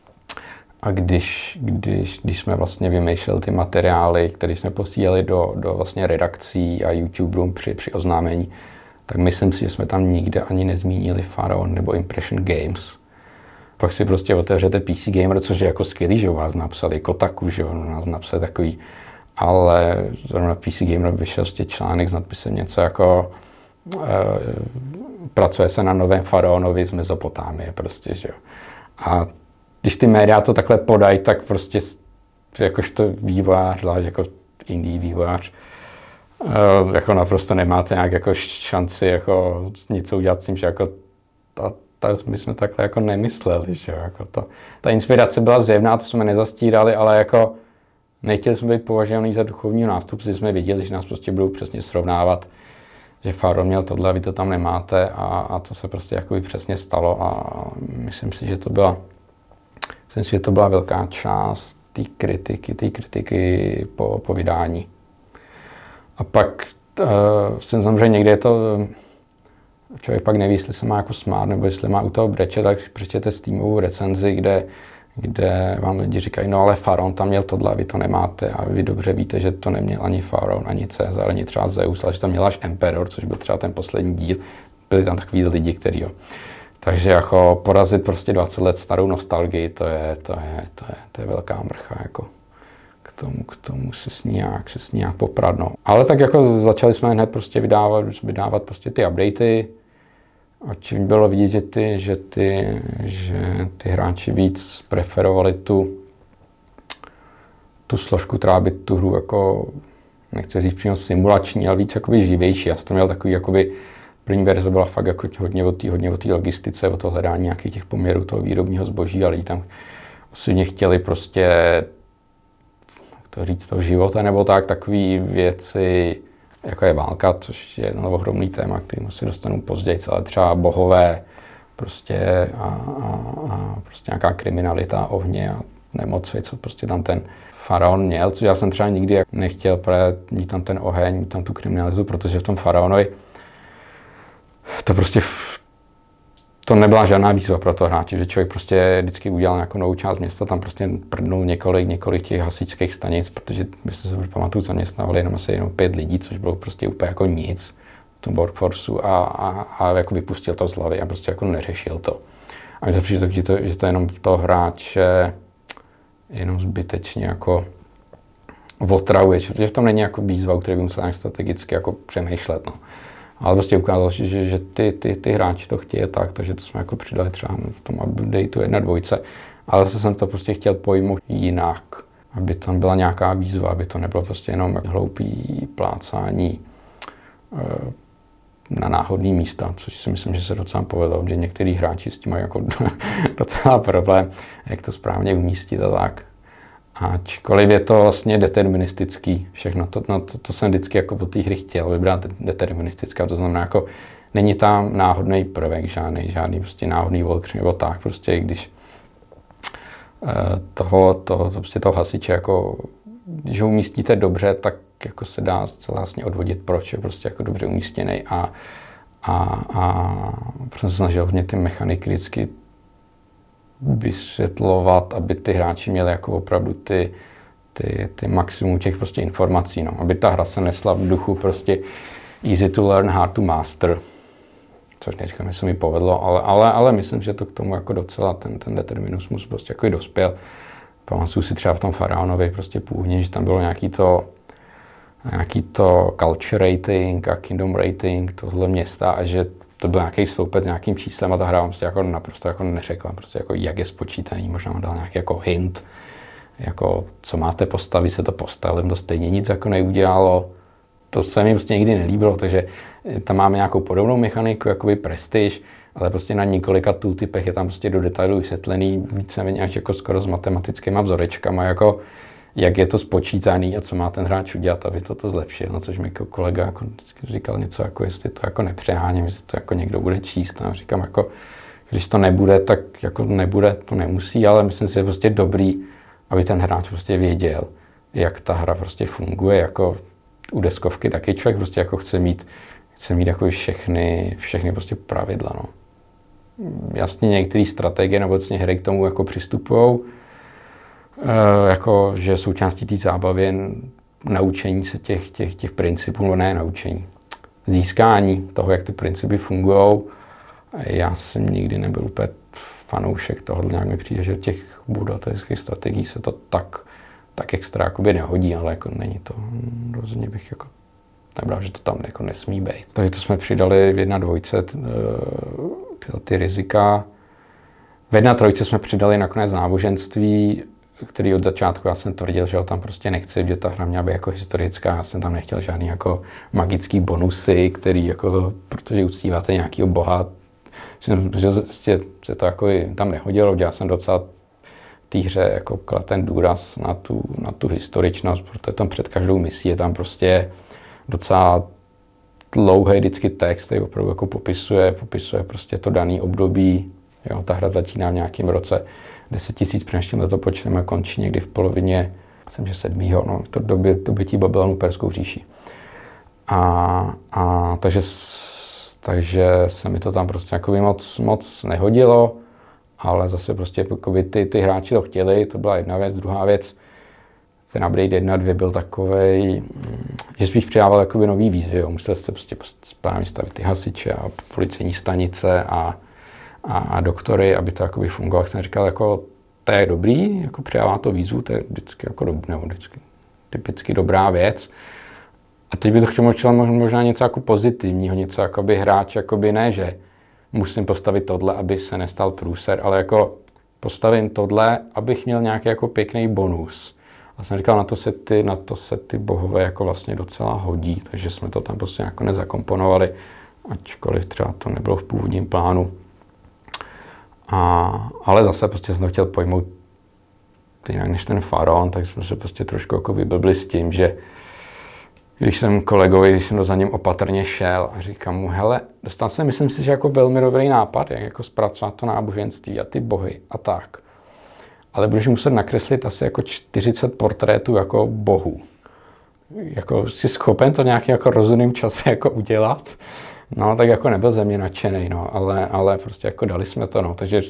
A když, když, když jsme vlastně vymýšleli ty materiály, které jsme posílali do, do vlastně redakcí a YouTuberům při, při oznámení, tak myslím si, že jsme tam nikde ani nezmínili Faraon nebo Impression Games. Pak si prostě otevřete P C Gamer, což je jako skvělý, že u vás napsali Kotaku, že u nás napsali takový, ale zrovna P C Gamer vyšel prostě článek s nadpisem něco jako e, pracuje se na novém faraonovi z Mezopotámie prostě, že jo. A když ty média to takhle podají, tak prostě jakožto vývojář, zvlášť jako indie vývojář, uh, jako naprosto nemáte nějak jako šanci jako něco udělat s tím, že jako ta, ta, my jsme takhle jako nemysleli, že jako to, ta inspirace byla zjevná, to jsme nezastírali, ale jako nechtěli jsme být považovaný za duchovního nástupce, jsme věděli, že nás prostě budou přesně srovnávat, že faraon měl tohle a vy to tam nemáte a, a to se prostě jako přesně stalo a myslím si, že to byla Myslím si, že to byla velká část té kritiky, té kritiky po, po vydání. A pak uh, jsem samozřejmě někde je to, člověk pak neví, jestli se má jako smát, nebo jestli má u toho brečet, tak přečtěte Steamovou recenzi, kde, kde vám lidi říkají, no ale faraon tam měl tohle, vy to nemáte a vy dobře víte, že to neměl ani faraon, ani Cezar, ani třeba Zeus, ale že tam měl až Emperor, což byl třeba ten poslední díl. Byli tam takový lidi, který jo. Takže jako porazit prostě dvacet let starou nostalgii, to je, to je, to je, to je velká mrcha, jako k tomu, k tomu se s ní nějak, se s ní nějak poprat, no. Ale tak jako začali jsme hned prostě vydávat, vydávat prostě ty updaty a čím bylo vidět, že ty, že ty, že ty hráči víc preferovali tu, tu složku, která by tu hru jako, nechci říct přímo simulační, ale víc jakoby živější. Já jsem to měl takový jakoby první verze byla fakt jako hodně o té hodně o té logistice, o to hledání nějakých těch poměrů toho výrobního zboží, ale lidi tam osobně chtěli prostě, jak to říct, toho života nebo tak, takové věci, jako je válka, což je jedno ohromný téma, kterým se dostanu později, ale třeba bohové prostě a, a, a prostě nějaká kriminalita, ohně a nemoci, co prostě tam ten faraon měl, což já jsem třeba nikdy nechtěl mít tam ten oheň, mít tam tu kriminalitu, protože v tom faraonovi to prostě, to nebyla žádná výzva pro to hráče, že člověk prostě vždycky udělal nějakou novou část města, tam prostě prdnul několik, několik těch hasičských stanic, protože my jsme se už pamatuju, zaměstnávali jenom asi jenom pět lidí, což bylo prostě úplně jako nic v tom workforceu a, a, a jako vypustil to z hlavy a prostě jako neřešil to. A mi to přijde, že to, že to jenom toho hráče jenom zbytečně jako otravuje, protože v tom není jako výzva, u které by musel nějak strategicky jako přemýšlet, no. Ale prostě ukázalo se, že, že ty, ty, ty hráči to chtějí tak, takže to jsme jako přidali třeba v tom updateu jedna dvojce. Ale zase jsem to prostě chtěl pojmout jinak, aby tam byla nějaká výzva, aby to nebylo prostě jenom hloupý plácání e, na náhodný místa, což si myslím, že se docela povedlo, že některý hráči s tím mají jako docela problém, jak to správně umístit a tak. Ačkoliv je to vlastně deterministický všechno, to, no, to, to jsem vždycky jako od té hry chtěl vybrat deterministická, to znamená jako není tam náhodný prvek, žádný, žádný prostě náhodný volk nebo tak, prostě když toho, toho, to prostě toho hasiče jako, když ho umístíte dobře, tak jako se dá zcela vlastně odvodit, proč je prostě jako dobře umístěný a, a, a protože jsem se snažil hodně ty mechaniky vždycky vysvětlovat, aby ty hráči měli jako opravdu ty, ty, ty maximum těch prostě informací, no. Aby ta hra se nesla v duchu prostě easy to learn, hard to master, což neříkám, že se mi povedlo, ale, ale, ale myslím, že to k tomu jako docela ten, ten determinismus prostě jako i dospěl. Pamatuju si třeba v tom Faraonovi prostě původně, že tam bylo nějaký to, nějaký to culture rating a kingdom rating tohle města a že to byl nějaký sloupec s nějakým číslem a ta hra vám prostě jako naprosto jako neřekla, prostě jako jak je spočítaný, možná vám dal nějaký jako hint, jako co máte postavit, se to postavil, to stejně nic jako neudělalo. To se mi prostě nikdy nelíbilo, takže tam máme nějakou podobnou mechaniku, jakoby prestiž, ale prostě na několika tooltipech je tam prostě do detailu vysvětlený víceméně až jako skoro s matematickýma vzorečkama, jako jak je to spočítaný a co má ten hráč udělat, aby toto zlepšil. No, což mi jako kolega jako říkal něco, jako jestli to jako nepřeháním, jestli to jako někdo bude číst. A říkám, jako, když to nebude, tak jako nebude, to nemusí, ale myslím si, že je prostě dobrý, aby ten hráč prostě věděl, jak ta hra prostě funguje. Jako u deskovky taky člověk prostě jako chce mít, chce mít jako všechny, všechny prostě pravidla. No. Jasně některé strategie nebo vlastně hry k tomu jako přistupujou, jako, že součástí té zábavy je naučení se těch, těch, těch principů, no ne naučení, získání toho, jak ty principy fungují. Já jsem nikdy nebyl úplně fanoušek tohohle, nějak mi přijde, že těch budovatelských strategií se to tak, tak extra jakoby nehodí, ale jako není to, rozhodně bych jako nebral, že to tam jako nesmí být. Takže to jsme přidali v jedna dvojce ty, ty rizika. V jedna trojce jsme přidali nakonec náboženství, který od začátku já jsem tvrdil, že ho tam prostě nechci, že ta hra měla být jako historická, já jsem tam nechtěl žádný jako magický bonusy, který jako, protože uctíváte nějakýho boha, že se to jako tam nehodilo, dělal jsem docela té hře jako klad ten důraz na tu, na tu historičnost, protože tam před každou misí je tam prostě docela dlouhý vždycky text, který opravdu jako popisuje, popisuje prostě to dané období. Jo, ta hra začíná v nějakém roce deset tisíc před naším letopočtem a končí někdy v polovině, myslím, že sedmého, no, to době, dobytí Babylonu perskou říši. A, a takže, takže se mi to tam prostě jakoby moc, moc nehodilo, ale zase prostě jakoby ty, ty hráči to chtěli, to byla jedna věc. Druhá věc, ten update jedna dvě byl takovej, že spíš přidával jakoby nový výzvy, jo. Musel jste prostě správně stavit ty hasiče a policejní stanice a A, a doktory, aby to jakoby fungovalo. Jak jsem říkal, jako, to je dobrý, jako přidává to výzvu, to je vždycky, jako do, nebo vždycky, typicky dobrá věc. A teď by to chtělo možná něco jako pozitivního, něco jakoby hráč, jakoby ne, že musím postavit tohle, aby se nestal průser, ale jako postavím tohle, abych měl nějaký jako pěkný bonus. A jsem říkal, na to se ty, na to se ty bohové jako vlastně docela hodí, takže jsme to tam prostě jako nezakomponovali, ačkoliv třeba to nebylo v původním plánu. A, ale zase prostě jsem to chtěl pojmout jinak než ten faraon, tak jsme se prostě trošku jako vyblbli s tím, že když jsem kolegovi, když jsem za ním opatrně šel a říkám mu, hele, dostal jsem, myslím si, že jako velmi dobrý nápad, jak jako zpracovat to náboženství a ty bohy a tak. Ale budeš muset nakreslit asi jako čtyřicet portrétů jako bohů. Jako jsi schopen to nějaký jako rozumným čase jako udělat? No, tak jako nebyl ze mě nadšenej, no, ale, ale prostě jako dali jsme to, no, takže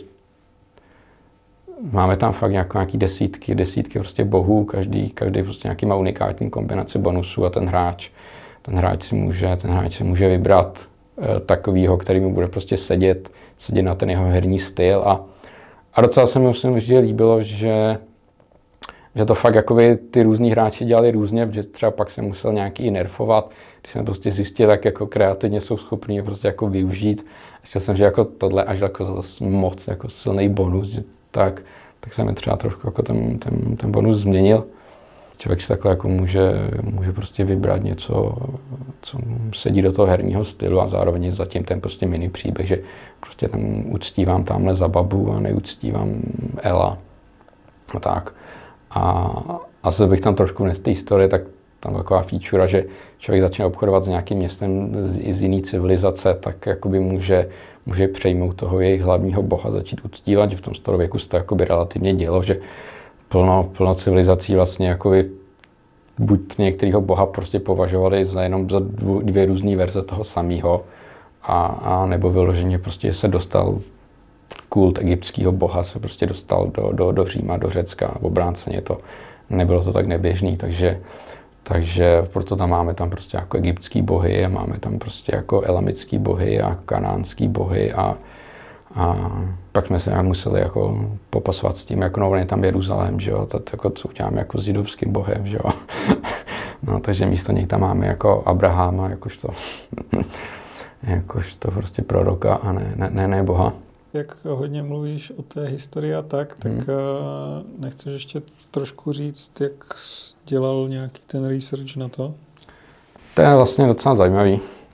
máme tam fakt nějaký, nějaký desítky, desítky prostě bohů, každý, každý prostě nějaký má unikátní kombinaci bonusů a ten hráč, ten hráč si může, ten hráč si může vybrat e, takovýho, který mu bude prostě sedět, sedět na ten jeho herní styl a, a docela se mi musím říct, že líbilo, že že to fakt jakoby ty různý hráči dělali různě, že třeba pak jsem musel nějaký i nerfovat, když jsem prostě zjistil, jak jako kreativně jsou schopní je prostě jako využít. Zjistil jsem, že jako tohle až jako moc jako silný bonus, že tak, tak jsem mi třeba trošku jako ten, ten, ten bonus změnil. Člověk si takhle jako může, může prostě vybrat něco, co sedí do toho herního stylu a zároveň zatím ten prostě mini příběh, že prostě tam uctívám tamhle za babu a neuctívám Ela a tak. A asi bych tam trošku nes té historie, tak tam taková feature, že člověk začne obchodovat s nějakým městem z, z jiné civilizace, tak jakoby může, může přejmout toho jejich hlavního boha, začít uctívat, že v tom starověku se to jakoby relativně dělo, že plno, plno civilizací vlastně jakoby buď některého boha prostě považovali za jenom za dvě, dvě různé verze toho samého, a, a nebo vyloženě prostě se dostal kult egyptského boha se prostě dostal do, do, do Říma, do Řecka, obráceně to nebylo to tak neběžný, takže, takže proto tam máme tam prostě jako egyptský bohy a máme tam prostě jako elamický bohy a kanánský bohy a, a pak jsme se museli jako popasovat s tím, jako no, je tam Jeruzalém, že jo, tak jako co uděláme jako s židovským bohem, že jo. No, takže místo něj tam máme jako Abraháma, jakožto, jakožto prostě proroka a ne, ne, ne, ne boha.
Jak hodně mluvíš o té historii a tak, tak hmm. nechceš ještě trošku říct, jak dělal nějaký ten research na to?
To je vlastně docela zajímavý.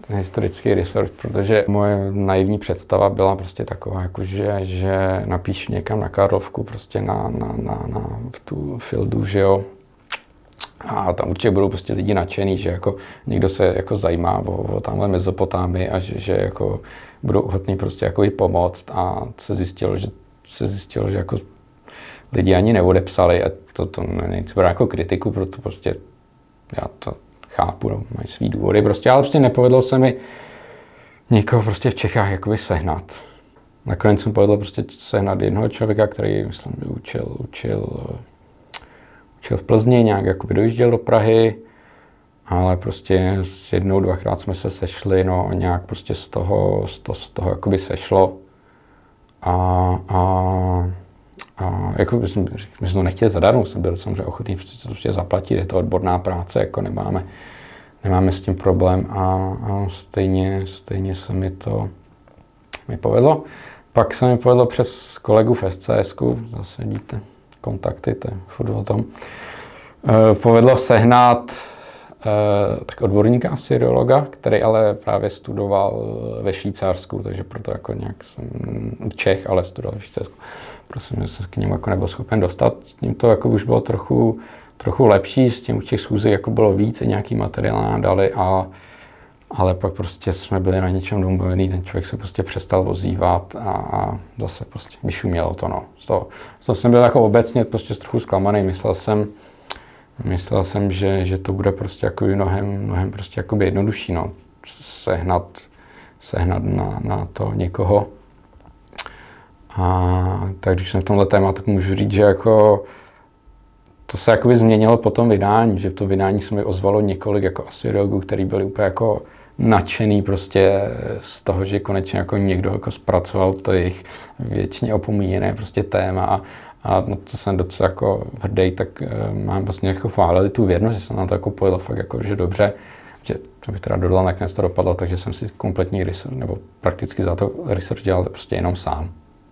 ten historický research, protože moje naivní představa byla prostě taková, jako že, že napíšu někam na Karlovku, prostě na, na, na, na tu fieldu, že jo. A tam určitě budou prostě lidi nadšený, že jako někdo se jako zajímá o, o tamhle Mezopotámii a že, že jako budou ochotní prostě jako i pomoct, a se zjistilo, že se zjistilo, že jako lidi ani neodepsali, a to, to není to jako kritiku, proto prostě já to chápu, no, mají svý důvody prostě, ale prostě nepovedlo se mi nikoho prostě v Čechách jakoby sehnat. Nakonec jsem povedl prostě sehnat jednoho člověka, který, myslím, učil, učil, učil v Plzni, nějak jakoby dojížděl do Prahy, ale prostě s jednou, dvakrát jsme se sešli, no nějak prostě z toho, z toho, z toho jakoby sešlo. A, a, a jako my jsme, my jsme to nechtěli zadarmo, jsem byl samozřejmě ochotný prostě to prostě zaplatit, je to odborná práce, jako nemáme, nemáme s tím problém, a, a stejně, stejně se mi to mi povedlo. Pak se mi povedlo přes kolegu v S C S ku, zase vidíte kontakty, to je furt o tom, e, povedlo sehnat e, tak odborníka, assyriologa, který ale právě studoval ve Švýcarsku, takže proto jako nějak jsem Čech, ale studoval ve Švýcarsku. Prosím, že se k němu jako nebyl schopen dostat. S ním to jako už bylo trochu, trochu lepší, s tím u těch schůzek jako bylo víc, nějaký materiál nám dali, a, ale pak prostě jsme byli na něčem domluvený, ten člověk se prostě přestal ozývat, a, a zase prostě vyšumělo to, no. Z toho, z toho jsem byl jako obecně prostě trochu zklamaný, myslel jsem, myslel jsem, že, že to bude prostě jako mnohem, mnohem prostě jakoby jednodušší, no. Sehnat, sehnat na, na to někoho. A tak když jsem v tomhle tématu, tak můžu říct, že jako to se jakoby změnilo po tom vydání, že v tom vydání se mi ozvalo několik jako assyriologů, kteří byli úplně jako nadšený prostě z toho, že konečně jako někdo jako zpracoval to jejich věčně opomíjené prostě téma, a, a no, to jsem docela jako hrdý, tak uh, mám vlastně jako chválili tu věrnost, že jsem na to jako pojel fakt jako, že dobře, že to bych teda dodal, nakonec to dopadlo, takže jsem si kompletní research, nebo prakticky za to research dělal prostě jenom sám.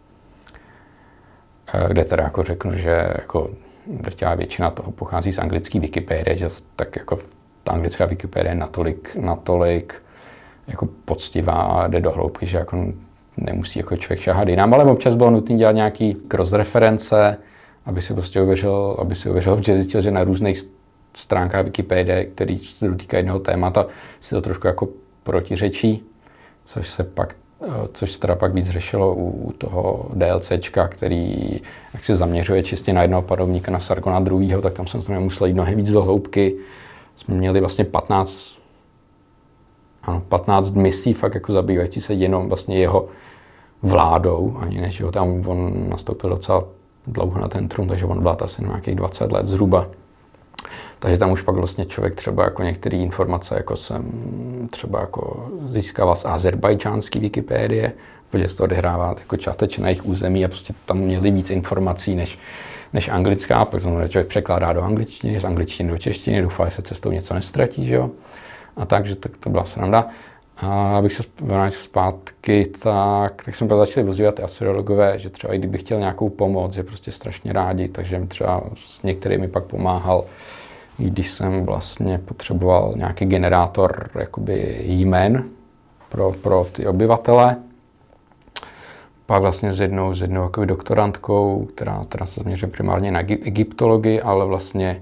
Kde teda jako řeknu, že jako drtivá většina toho pochází z anglické Wikipedie, že tak jako ta anglická Wikipedie je natolik, natolik jako poctivá a jde do hloubky, že jako nemusí jako člověk šahat jinam, ale občas bylo nutné dělat nějaký cross-reference, aby si prostě uvěřil, aby si uvěřil, že zjistil, že na různých stránkách Wikipedie, který se dotýká jednoho témata, si to trošku jako protiřečí, což se pak což se teda pak víc řešilo u toho DLCčka, který jak se zaměřuje čistě na jednoho panovníka, na Sargona druhého, tak tam jsem se musel jít mnohem víc do hloubky. Jsme měli vlastně patnáct, ano, patnáct misí, fakt jako zabývající se jenom vlastně jeho vládou, ani než ho tam on nastoupil docela dlouho na ten trůn, takže on vlád asi na nějakých dvacet let zhruba. Takže tam už pak vlastně člověk třeba jako některé informace, jako jsem třeba jako získával z azerbajdžánské Wikipedie, protože se to odehrává jako částečně na jejich území a prostě tam měli víc informací než, než anglická, protože člověk překládá do angličtiny, z angličtiny do češtiny, doufá, že se cestou něco nestratí, že jo. A takže tak to byla sranda. A abych se vrátil zpátky, tak, tak jsme začali ozývat assyriologové, že třeba i kdybych chtěl nějakou pomoc, že prostě strašně rádi, takže mi třeba s některými pak pomáhal, když jsem vlastně potřeboval nějaký generátor jakoby jmen pro, pro ty obyvatele. Pak vlastně s jednou, s jednou jakoby doktorantkou, která, která se zaměřuje primárně na egyptologii, ale vlastně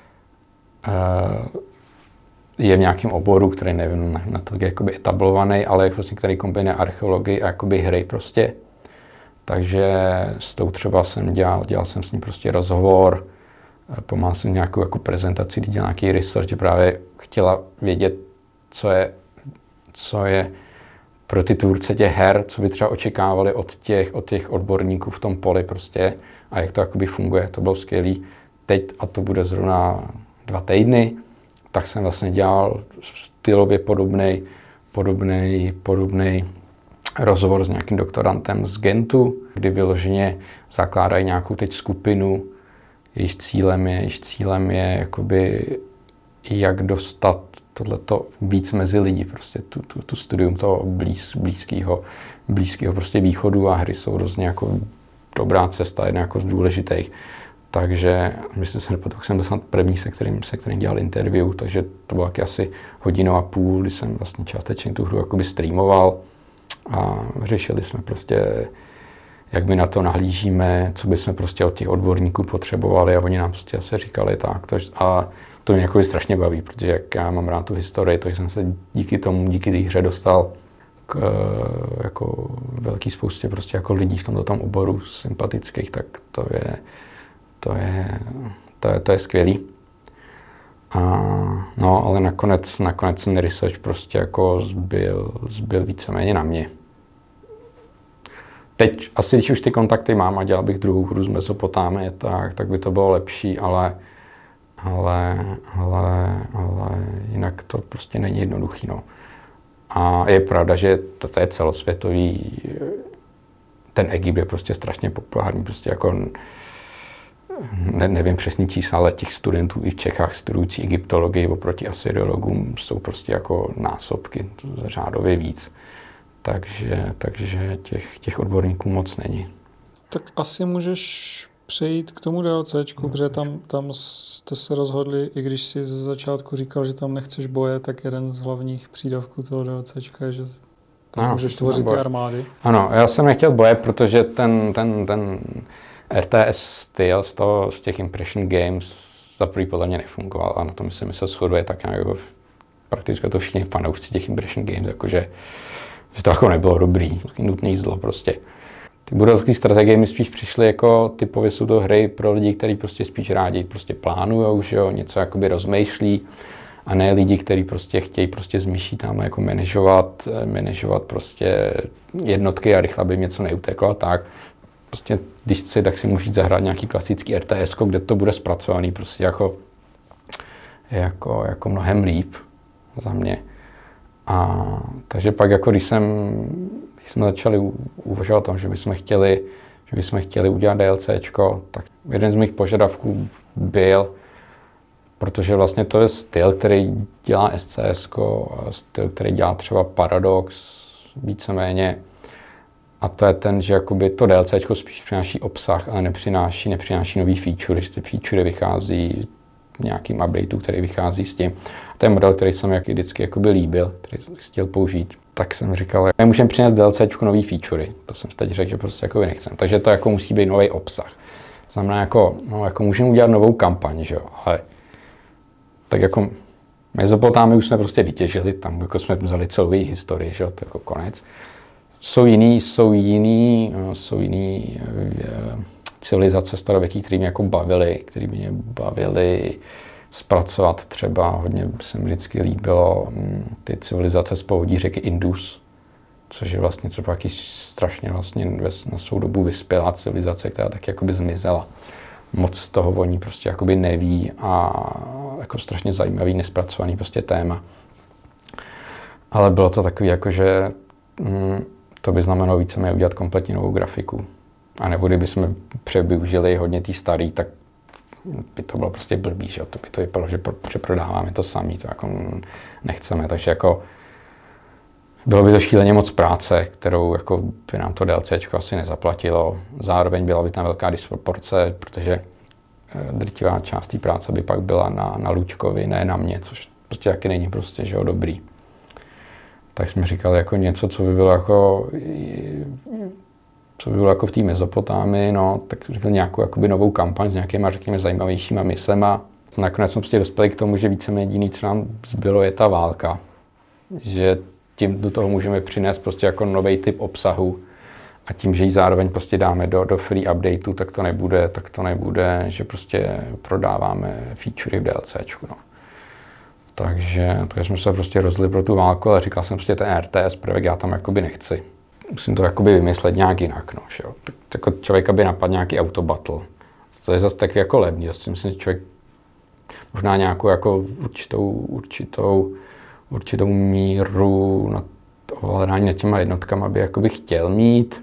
uh, je v nějakém oboru, který nevím, na, na to je jakoby etablovaný, ale vlastně, který kombinuje archeologii a jakoby hry prostě. Takže s tou třeba jsem dělal, dělal jsem s ní prostě rozhovor, pomáhal jsem nějakou jako prezentaci, kdy dělal nějaký research, že právě chtěla vědět, co je, co je pro ty tvůrce těch her, co by třeba očekávali od těch, od těch odborníků v tom poli prostě a jak to jakoby funguje. To bylo skvělý. Teď, a to bude zrovna dva týdny, tak jsem vlastně dělal stylově podobnej, podobnej, podobnej rozhovor s nějakým doktorantem z Gentu, kdy vyloženě zakládají nějakou teď skupinu, jejíž cílem je, jejíž cílem je jakoby jak dostat tohleto víc mezi lidi, prostě tu, tu, tu studium toho blíz, blízkého, blízkého prostě východu a hry jsou hrozně jako dobrá cesta, jedna jako z důležitých. Takže myslím si, že potom jsem dostal první, se kterým, se kterým dělal interview, takže to bylo asi hodinu a půl, kdy jsem vlastně částečně tu hru jakoby streamoval a řešili jsme prostě, jak my na to nahlížíme, co bychom prostě od těch odborníků potřebovali a oni nám prostě asi říkali tak. To, a to mě jakoby strašně baví, protože jak já mám rád tu historii, takže jsem se díky tomu, díky té hře dostal k jako velký spoustě prostě jako lidí v tomto tom oboru sympatických, tak to je To je, to je, to je skvělý. A, no, ale nakonec, nakonec ten research prostě jako zbyl, zbyl víceméně na mě. Teď asi, když už ty kontakty mám a dělal bych druhou hru z Mezopotámie, tak, tak by to bylo lepší, ale, ale, ale, ale jinak to prostě není jednoduchý. No. A je pravda, že to, to je celosvětový, ten Egypt je prostě strašně populární, prostě jako Ne, nevím přesný čísla, ale těch studentů i v Čechách studující egyptologii oproti asyriologům jsou prostě jako násobky, řádově víc. Takže, takže těch, těch odborníků moc není.
Tak asi můžeš přejít k tomu DLCčku, protože tam, tam jste se rozhodli, i když jsi z začátku říkal, že tam nechceš boje, tak jeden z hlavních přídavků toho DLCčka je, že tam ano, můžeš tvořit ty armády.
Ano, já jsem nechtěl boje, protože ten, ten, ten R T S styl z, toho, z těch Impression Games za prvý podle mě nefungoval a na tom myslím, že se shoduje tak nějak jako prakticky to všichni fanoušci těch Impression Games, jakože že to jako nebylo dobrý, nutný zlo prostě. Ty budovské strategie mi spíš přišly jako typově jsou to hry pro lidi, kteří prostě spíš rádi prostě plánujou, že jo, něco jakoby rozmýšlí a ne lidi, kteří prostě chtějí prostě z myší tam jako manažovat, manažovat prostě jednotky a rychle by jim něco neuteklo a tak. Prostě když chci, tak si můžeš zahrát nějaký klasický R T S, kde to bude zpracovaný prostě jako, jako, jako mnohem líp za mě. A takže pak jako když jsem, když jsme začali uvažovat o tom, že bychom chtěli, že bychom chtěli udělat DLCčko, tak jeden z mých požadavků byl, protože vlastně to je styl, který dělá S C S ko, styl, který dělá třeba Paradox, víceméně. A to je ten, že jakoby to DLCčko spíš přináší obsah, ale nepřináší, nepřináší nový feature, že ty feature vychází nějakým updateu, který vychází s tím. A to je model, který jsem jak vždycky jakoby líbil, který jsem chtěl použít. Tak jsem říkal, nemůžeme přinést DLCčku nový featurey. To jsem teď řekl, že prostě jako nechcem. Takže to jako musí být nový obsah. Znamená jako, no jako můžeme udělat novou kampaň, že jo, ale tak jako Mezopotámii už jsme prostě vytěžili, tam jako jsme vzali celou její historii, že jo, to jako konec. Jsou jiný, jsou jiný, jsou jiný civilizace starověký, které mě jako bavily, které mě bavily zpracovat třeba, hodně se mi vždycky líbilo ty civilizace z povodí řeky Indus, což je vlastně třeba taky strašně vlastně na svou dobu vyspělá civilizace, která taky jakoby zmizela. Moc z toho oni prostě jakoby neví a jako strašně zajímavý, nespracovaný prostě téma. Ale bylo to takový jako, že mm, to by znamenalo víceméně udělat kompletně novou grafiku. A nebo kdybychom převyužili hodně tý starý, tak by to bylo prostě blbý, že? To by to vypadalo, že přeprodáváme to samý, to jako nechceme. Takže jako bylo by to šíleně moc práce, kterou jako by nám to DLCčko asi nezaplatilo. Zároveň byla by tam velká disproporce, protože drtivá část té práce by pak byla na, na Luďkovi, ne na mě, což prostě taky není prostě, že jo, dobrý. Tak jsme říkali jako něco, co by bylo jako, co by bylo jako v té Mezopotámii, no, tak říkali nějakou jakoby novou kampaň s nějakýma, řekněme, zajímavějšíma mislema. Nakonec jsme prostě dospěli k tomu, že víceméně jediný, co nám zbylo, je ta válka. Že tím do toho můžeme přinést prostě jako nový typ obsahu a tím, že ji zároveň prostě dáme do, do free updateu, tak to nebude, tak to nebude, že prostě prodáváme featurey v DLCčku, no. Takže, takže jsme se prostě rozhodli pro tu válku, ale říkal jsem prostě ten R T S prvek já tam jakoby nechci. Musím to jakoby vymyslet nějak jinak, no, že jo. Jako člověka by napadl nějaký autobattle. To je zase tak jako levný, zase myslím, že člověk možná nějakou jako určitou, určitou, určitou míru na ovládání nad těma jednotkama by jakoby chtěl mít.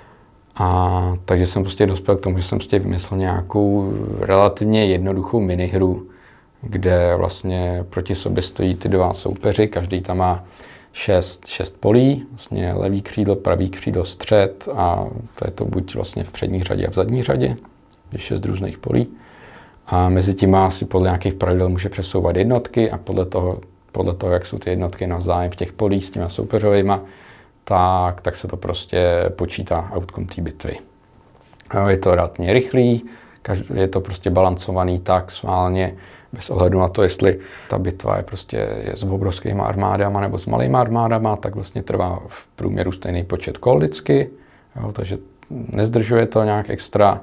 A takže jsem prostě dospěl k tomu, že jsem prostě vymyslel nějakou relativně jednoduchou minihru, kde vlastně proti sobě stojí ty dva soupeři, každý tam má šest, šest polí, vlastně levý křídlo, pravý křídlo, střed a to je to buď vlastně v přední řadě a v zadní řadě. je šest různých polí. A mezi tím si podle nějakých pravidel může přesouvat jednotky a podle toho, podle toho, jak jsou ty jednotky navzájem v těch polích s těma soupeřovejma, tak, tak se to prostě počítá outcome té bitvy. Je to relativně rychlý, je to prostě balancovaný tak sválně, bez ohledu na to, jestli ta bitva je prostě je s obrovskýma armádama nebo s malýma armádama, tak vlastně trvá v průměru stejný počet kol vždycky, jo, takže nezdržuje to nějak extra.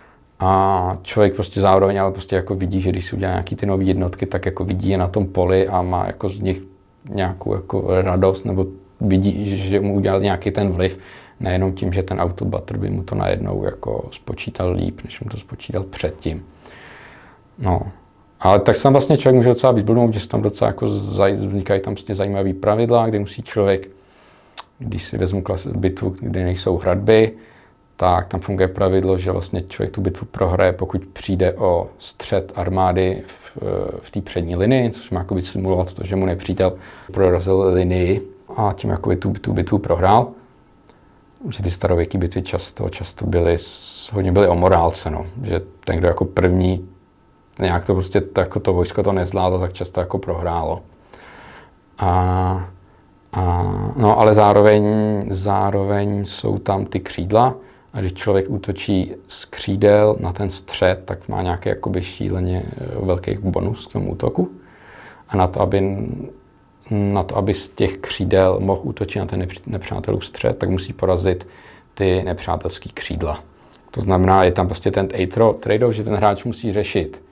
A člověk prostě zároveň ale prostě jako vidí, že když si udělá nějaký ty nové jednotky, tak jako vidí je na tom poli a má jako z nich nějakou jako radost, nebo vidí, že mu udělal nějaký ten vliv, nejenom tím, že ten autobatter by mu to najednou jako spočítal líp, než mu to spočítal předtím. No, ale tak se tam vlastně člověk může docela vyblnout, že se tam docela jako zaj, vznikají tam prostě zajímavý pravidla, kde musí člověk, když si vezmu bitvu, kde nejsou hradby, tak tam funguje pravidlo, že vlastně člověk tu bitvu prohraje, pokud přijde o střet armády v, v té přední linii, což má jako simulovat to, že mu nepřítel prorazil linii a tím jako tu, tu bitvu prohrál. Že ty starověké bitvy často, často byly, hodně byly o morálce, no. Že ten, kdo jako první nějak to prostě jako to vojsko to nezvládlo, tak často jako prohrálo. A, a, no ale zároveň, zároveň jsou tam ty křídla a když člověk útočí z křídel na ten střed, tak má nějaký jakoby šíleně velký bonus k tomu útoku. A na to, aby, na to, aby z těch křídel mohl útočit na ten nepřátelův střed, tak musí porazit ty nepřátelský křídla. To znamená, je tam prostě ten trade-off, že ten hráč musí řešit.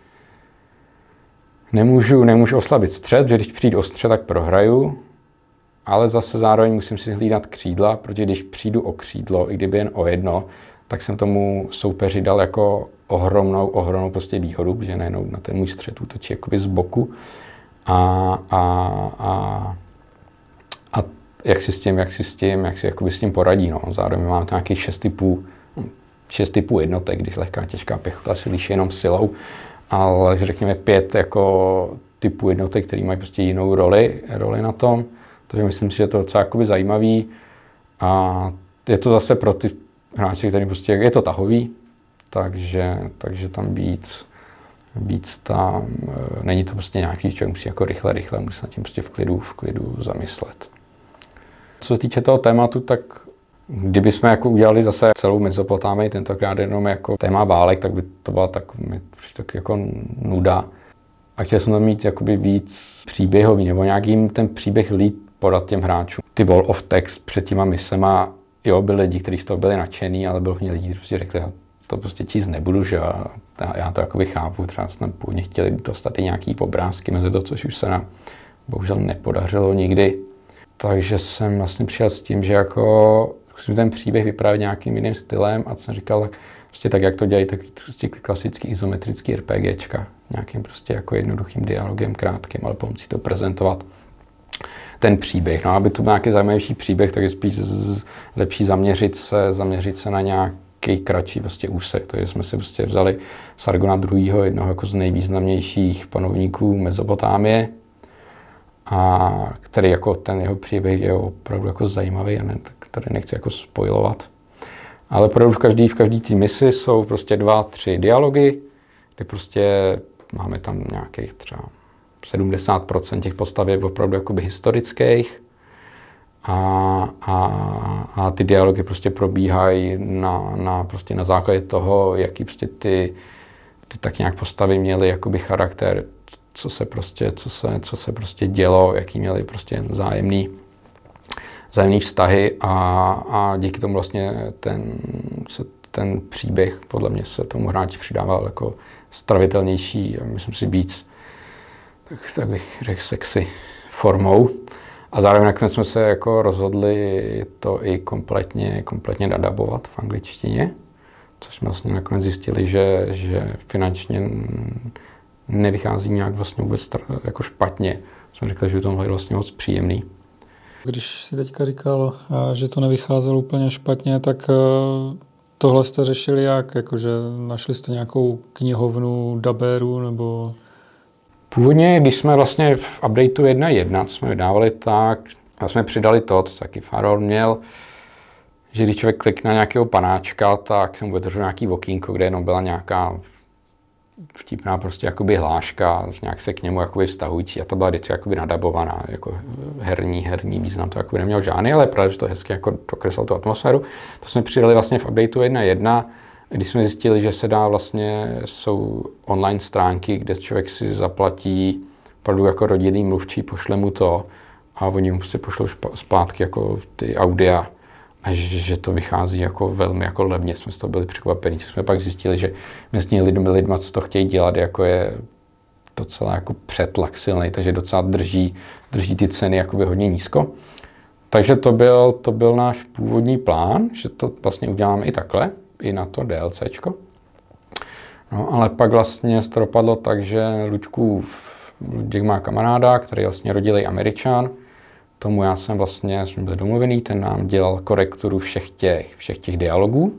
Nemůžu, nemůžu oslabit střed, že když přijdu o střed, tak prohraju, ale zase zároveň musím si hlídat křídla, protože když přijdu o křídlo, i kdyby jen o jedno, tak jsem tomu soupeři dal jako ohromnou, ohromnou prostě výhodu, protože najednou na ten můj střed útočí jakoby z boku. A, a, a, a jak si s tím, jak si s tím, jak si jakoby s tím poradí, no. Zároveň mám nějakých šest typů, šest typů jednotek, když lehká, těžká pěchota se liší jenom silou, ale řekněme pět jako typů jednotek, který mají prostě jinou roli, roli na tom. Takže myslím si, že to je docela jakoby zajímavý a je to zase pro ty hráče, který prostě, je to tahový, takže, takže tam víc, víc tam, není to prostě nějaký, člověk musí jako rychle, rychle, musí na tím prostě v klidu, v klidu zamyslet. Co se týče toho tématu, tak kdybychom jako udělali zase celou Mezopotámii, tentokrát jenom jako téma válek, tak by to byla tak, tak jako nuda. A chtěl jsem tam mít jakoby víc příběhový, nebo nějakým ten příběh líp podat těm hráčům. Ty wall of text před těma misema, jo, byli lidi, kteří z toho byli nadšený, ale bylo hodně lidí, kteří prostě řekli, já to prostě číst nebudu, že já, já to jakoby chápu, třeba jsme původně chtěli dostat i nějaký obrázky mezi to, což už se nám bohužel nepodařilo nikdy. Takže jsem vlastně přišel s tím, že jako zkusím ten příběh vyprávět nějakým jiným stylem a jsem říkal, tak prostě tak, jak to dělají, tak prostě klasický izometrický RPGčka, nějakým prostě jako jednoduchým dialogem, krátkým, ale pomocí to prezentovat ten příběh. No, aby to byl nějaký zajímavější příběh, tak je spíš z, lepší zaměřit se, zaměřit se na nějaký kratší prostě úsek. Takže jsme si prostě vzali Sargona druhého., jednoho jako z nejvýznamnějších panovníků Mezopotámie, a který jako ten jeho příběh je opravdu jako zajímavý a ne, tak tady nechci jako spojovat. Ale opravdu v každý, v každý té misi jsou prostě dva, tři dialogy, kde prostě máme tam nějakých třeba sedmdesát procent těch postav je opravdu jakoby historických a, a, a ty dialogy prostě probíhají na, na, prostě na základě toho, jaký prostě ty, ty tak nějak postavy měly jakoby charakter, co se prostě, co se, co se prostě dělo, jaký měli prostě vzájemný, vzájemný vztahy a, a díky tomu vlastně ten, se, ten příběh podle mě se tomu hráči přidával jako stravitelnější a myslím si víc, tak, tak bych řekl sexy formou. A zároveň nakonec jsme se jako rozhodli to i kompletně, kompletně nadabovat v angličtině, což jsme vlastně nakonec zjistili, že, že finančně nevychází nějak vlastně vůbec jako špatně. Jsme řekli, že by to mohlo vlastně moc příjemný.
Když si teďka říkal, že to nevycházelo úplně špatně, tak tohle jste řešili jak? Jakože našli jste nějakou knihovnu dabéru nebo...
Původně, když jsme vlastně v updateu jedna jedna, co jsme vydávali, tak jsme přidali to, co taky Farol měl, že když člověk klikne na nějakého panáčka, tak se mu vytvořilo nějaký okýnko, kde jenom byla nějaká vtipná prostě jakoby hláška, nějak se k němu jakoby vztahující a to byla vždycky jakoby nadabovaná, jako herní, herní význam to jakoby neměl žádný, ale právě, že to hezky jako dokreslilo tu atmosféru. To jsme přidali vlastně v updateu jedna tečka jedna, když jsme zjistili, že se dá vlastně, jsou online stránky, kde člověk si zaplatí opravdu jako rodilý mluvčí, pošle mu to a oni mu si pošlou zpátky jako ty audia a že, že to vychází jako velmi jako levně. Jsme z toho byli překvapení. Jsme pak zjistili, že mezi lidmi, lidma, co to chtějí dělat, jako je docela jako přetlak silný, takže docela drží, drží ty ceny jakoby hodně nízko. Takže to byl, to byl náš původní plán, že to vlastně uděláme i takhle, i na to DLCčko. No, ale pak vlastně to dopadlo tak, že Luďkův, Luděk má kamaráda, který je vlastně rodilý Američan. Tomu já jsem vlastně, jsme byli domluvený, ten nám dělal korekturu všech těch, všech těch dialogů.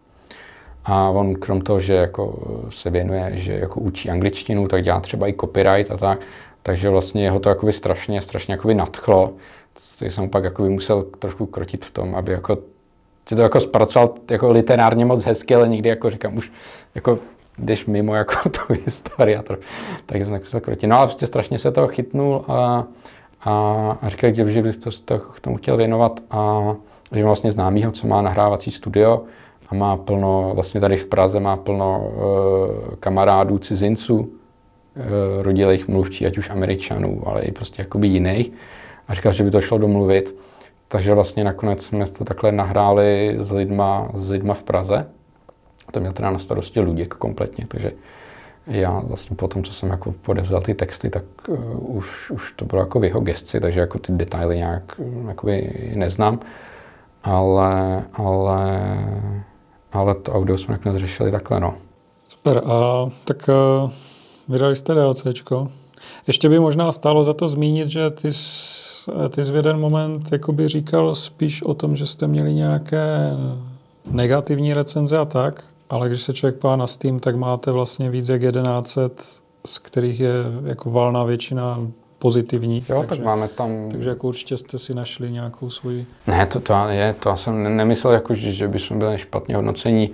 A on krom toho, že jako se věnuje, že jako učí angličtinu, tak dělá třeba i copyright a tak. Takže vlastně jeho to jakoby strašně, strašně jakoby nadchlo. Takže jsem pak jakoby musel trošku krotit v tom, aby jako, že to jako zpracoval jako literárně moc hezky, ale někdy jako říkám, už jako jdeš mimo jako tu historii. Takže jsem musel krotit. No ale prostě strašně se toho chytnul a A, a říkal, že bych to, to k tomu chtěl věnovat a že mám vlastně známýho, co má nahrávací studio a má plno, vlastně tady v Praze má plno e, kamarádů cizinců, e, rodilých mluvčí, ať už Američanů, ale i prostě jakoby jiných. A říkal, že by to šlo domluvit. Takže vlastně nakonec jsme to takhle nahráli s lidma, s lidma v Praze. To měl teda na starosti Luděk kompletně, takže já vlastně po tom, co jsem jako podevzal ty texty, tak uh, už, už to bylo jako v jeho gesci, takže jako ty detaily nějak jakoby neznám, ale, ale, ale to audio jsme nakonec řešili takhle, no.
Super, a tak uh, vydali jste DLCčko. Ještě by možná stálo za to zmínit, že ty jsi, ty jsi v jeden moment jakoby říkal spíš o tom, že jste měli nějaké negativní recenze a tak, ale když se člověk pá na Steam, tak máte vlastně víc jak jedenáct set, z kterých je jako valná většina pozitivní.
Jo,
takže,
tak máme tam...
Takže jako určitě jste si našli nějakou svoji...
Ne, to, to je, to jsem nemyslel, jako, že, že bychom byli špatně hodnocení.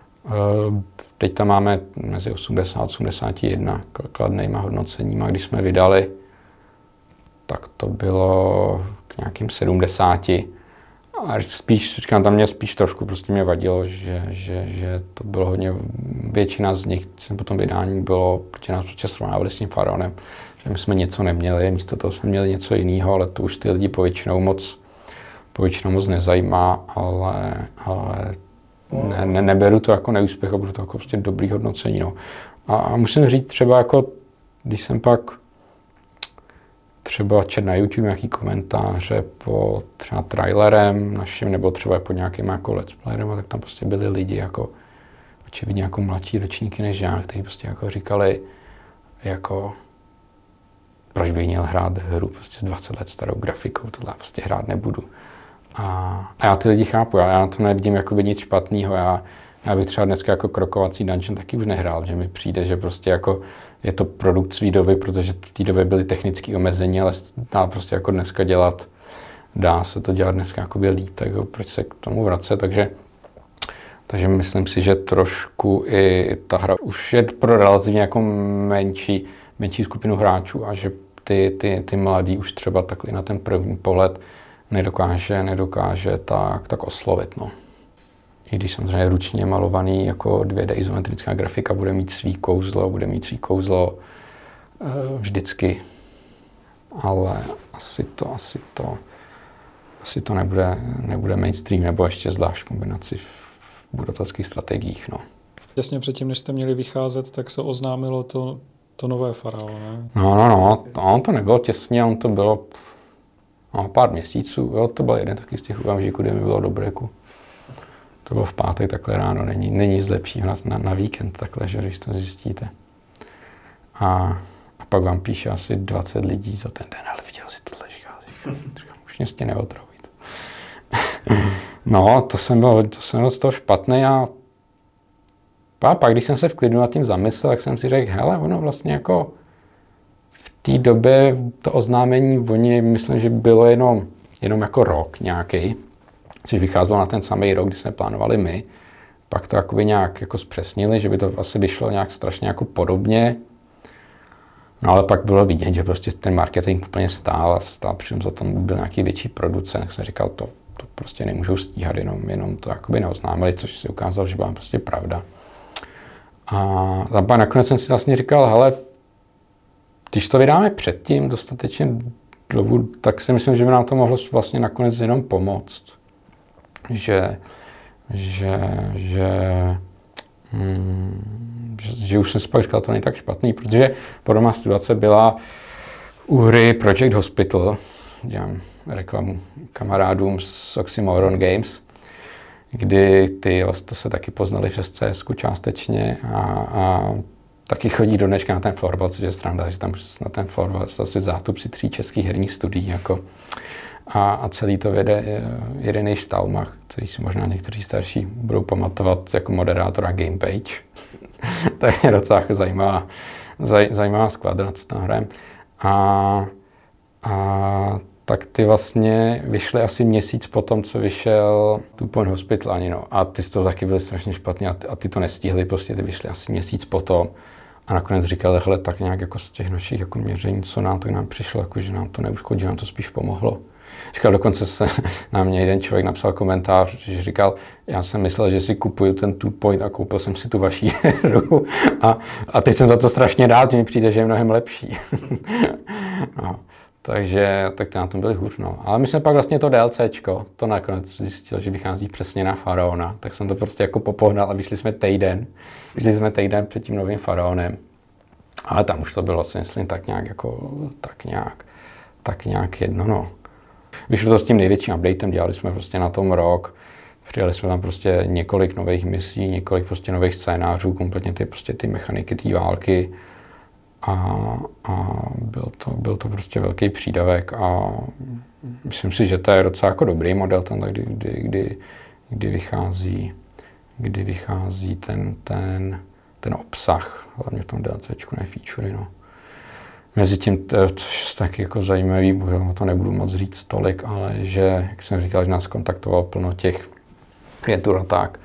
Teď tam máme mezi osmdesát a osmdesát jedna kladnýma hodnoceníma. Když jsme vydali, tak to bylo k nějakým sedmdesáti. A spíš, říkám, tam mě spíš trošku prostě mě vadilo, že, že, že to bylo hodně, většina z nich, jsem po tom vydání bylo, protože nás prostě srovnávali s tím Faraonem, že my jsme něco neměli, místo toho jsme měli něco jiného, ale to už ty lidi povětšinou moc, povětšinou moc nezajímá, ale, ale ne, ne, neberu to jako neúspěch, a budu to jako prostě dobrý hodnocení. No. A, a musím říct třeba jako, když jsem pak třeba čet na YouTube nějaký komentáře po třeba trailerem naším, nebo třeba po nějakým jako let's playerem, tak tam prostě byli lidi jako očividně jako mladší ročníky než já, kteří prostě jako říkali jako proč bych měl hrát hru prostě s dvacet let starou grafikou, tohle prostě hrát nebudu. A, a já ty lidi chápu, já, já na tom nevidím jakoby nic špatného, já, já bych třeba dneska jako krokovací dungeon taky už nehrál, že mi přijde, že prostě jako je to produkt svý doby, protože v té době byly technické omezení, ale dá prostě jako dneska dělat, dá se to dělat dneska jakoby líp, tak jo, proč se k tomu vracet, takže, takže myslím si, že trošku i ta hra už je pro relativně jako menší, menší skupinu hráčů a že ty, ty, ty mladí už třeba takhle na ten první pohled nedokáže, nedokáže tak, tak oslovit, no. I když samozřejmě ručně malovaný jako dvě dé izometrická grafika bude mít svý kouzlo, bude mít svý kouzlo e, vždycky, ale asi to, asi to, asi to nebude, nebude mainstream, nebo ještě zvlášť kombinaci v budovatelských strategiích, no.
Těsně předtím, než jste měli vycházet, tak se oznámilo to, to nové Farao, ne?
No, no, no, on to nebylo těsně, on to bylo no, pár měsíců, jo, to byl jeden taky z těch okamžiků, kdy mi bylo do breaku. To bylo v pátek takhle ráno, není, není nic lepšího na, na, na víkend takhle, že když to zjistíte. A, a pak vám píše asi dvacet lidí za ten den, ale viděl si tohle, říkám, už mě s tím neotravit. No, to jsem byl, to jsem byl z toho špatný a, a pak, když jsem se v klidu nad tím zamyslel, tak jsem si řekl, hele, ono vlastně jako v té době to oznámení, oni, myslím, že bylo jenom, jenom jako rok nějaký. což vycházelo na ten samý rok, kdy jsme plánovali my. Pak to jakoby nějak jako zpřesnili, že by to asi vyšlo nějak strašně jako podobně. No ale pak bylo vidět, že prostě ten marketing úplně stál a stál, přitom za tom byl nějaký větší producent, tak jsem říkal, to, to prostě nemůžou stíhat, jenom, jenom to jakoby neoznámili, což si ukázalo, že byla prostě pravda. A tam pak nakonec jsem si vlastně říkal, hele, když to vydáme předtím dostatečně dlouho, tak si myslím, že by nám to mohlo vlastně nakonec jenom pomoct. Že, že, že, hmm, že, že už jsem si pak říkal, to není tak špatný, protože podobná situace byla u hry Project Hospital, dělám reklamu kamarádům z Oxymoron Games, kdy ty vlastně se taky poznali přes C S ku částečně a, a taky chodí do dneška na ten florbal, což je sranda, že tam na ten florbal jsou asi zástupci tří českých herních studií. Jako. A, a celý to vede Iriny Štalmach, který si možná někteří starší budou pamatovat jako moderátora Gamepage. To je docela zajímavá, zaj, zajímavá skvadra, co tam hrajem. A, a tak ty vlastně vyšly asi měsíc po tom, co vyšel Two Point Hospital ani no. A ty z toho taky byly strašně špatný a ty, a ty to nestihly, prostě ty vyšly asi měsíc potom. A nakonec říkali, hele, tak nějak jako z těch našich jako měření, co nám, tak nám přišlo, jako, že nám to neuškodí, že nám to spíš pomohlo. Říkal, dokonce se na mě jeden člověk napsal komentář, že říkal, já jsem myslel, že si kupuju ten Two Point a koupil jsem si tu vaší hru a, a teď jsem za to strašně rád, že mi přijde, že je mnohem lepší. No. Takže tak to na tom byli hůř, no. Ale my jsme pak vlastně to DLCčko, to nakonec zjistil, že vychází přesně na Faraona, tak jsem to prostě jako popohnal a vyšli jsme týden. Vyšli jsme týden před tím novým Faraonem. Ale tam už to bylo, si myslím, tak nějak jako, tak nějak, tak nějak jedno, no. Vyšlo to s tím největším updatem, dělali jsme prostě na tom rok, přijali jsme tam prostě několik nových misí, několik prostě nových scénářů, kompletně ty prostě ty mechaniky té války. A, a byl, to, byl to prostě velký přídavek a myslím si, že to je docela jako dobrý model tam, kdy, kdy, kdy, kdy vychází, kdy vychází ten, ten, ten obsah, hlavně v tom DLCčku, ne featurey, no. Mezitím, což je taky jako zajímavý, bohužel to nebudu moc říct tolik, ale že, jak jsem říkal, že nás kontaktoval plno těch klientů a tak.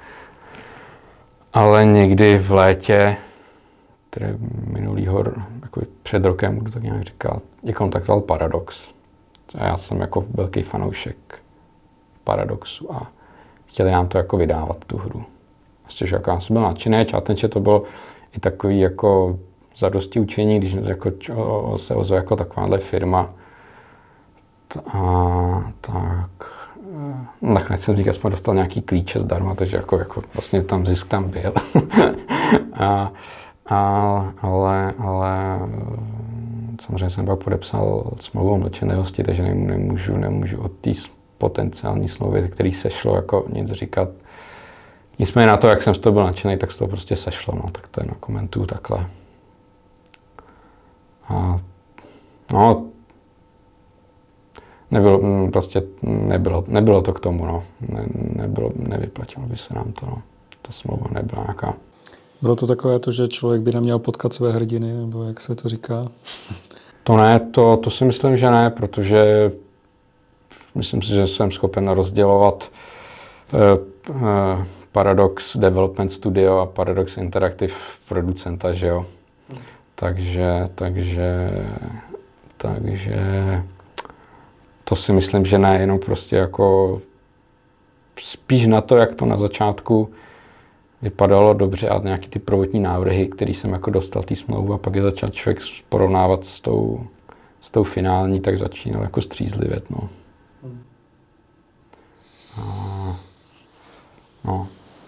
Ale někdy v létě, který minulýho, jako před rokem, budu tak nějak říkat, je kontaktoval Paradox. A já jsem jako velký fanoušek Paradoxu a chtěli nám to jako vydávat, tu hru. Vlastně, že jako já jsem byl nadšený, částečně to bylo i takový jako zadosti učení, když jako, se ozve jako takováhle firma. A tak nakonec jsem říkal, jsme dostal nějaký klíče zdarma, takže jako, jako vlastně tam zisk tam byl. a, A, ale, ale samozřejmě jsem pak podepsal smlouvu o mlčenlivosti, takže nemůžu, nemůžu od té potenciální smlouvy, který sešlo, jako nic říkat. Nicméně na to, jak jsem z toho byl nadšený, tak z toho prostě sešlo, no, tak to je na komentu takhle. A no, nebylo, prostě nebylo, nebylo to k tomu, no, ne, nebylo, nevyplatilo by se nám to, no, ta smlouva nebyla nějaká.
Bylo to takové to, že člověk by neměl potkat své hrdiny, nebo jak se to říká?
To ne, to, to si myslím, že ne, protože myslím si, že jsem schopen rozdělovat eh, eh, Paradox Development Studio a Paradox Interactive producenta, že jo. Hmm. Takže, takže, takže to si myslím, že ne, jenom prostě jako spíš na to, jak to na začátku vypadalo dobře a nějaký ty prvotní návrhy, který jsem jako dostal té smlouvu a pak je začal člověk porovnávat s tou, s tou finální, tak začínal jako střízlivět, no. Hmm. A, no.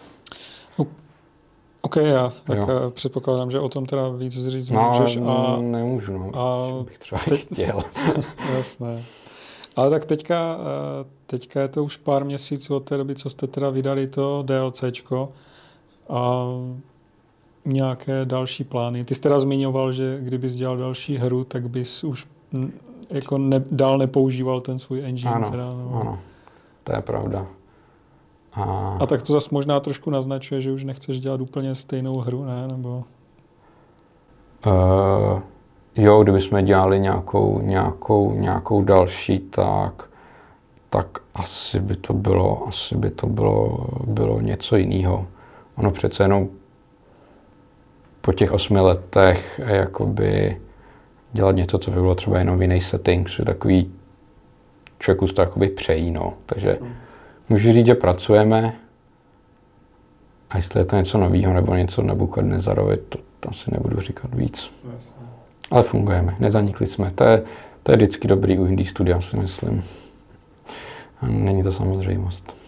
OK, já tak předpokládám, že o tom teda víc říct
no,
nemůžeš. A,
nemůžu, no.
A
bych třeba
teď,
chtěl.
Jasné. Ale tak teďka, teďka je to už pár měsíců od té doby, co jste teda vydali to DLCčko a nějaké další plány. Ty jsi teda zmiňoval, že kdybys dělal další hru, tak bys už jako ne, dál nepoužíval ten svůj engine.
Ano,
teda, nebo... ano,
to je pravda.
A... a tak to zase možná trošku naznačuje, že už nechceš dělat úplně stejnou hru, ne? Nebo...
Uh, jo, kdybychom dělali nějakou, nějakou, nějakou další, tak, tak asi by to bylo, asi by to bylo, bylo něco jiného. Ono přece jenom po těch osmi letech jakoby dělat něco, co by bylo třeba jenom v jiný setting, že takový člověku to jakoby přejí, no. Takže můžu říct, že pracujeme a jestli je to něco nového nebo něco Nebuchadnezarovi, to, to asi nebudu říkat víc. Ale fungujeme, nezanikli jsme. To je, to je vždycky dobrý u indie studia, si myslím. Není to samozřejmost.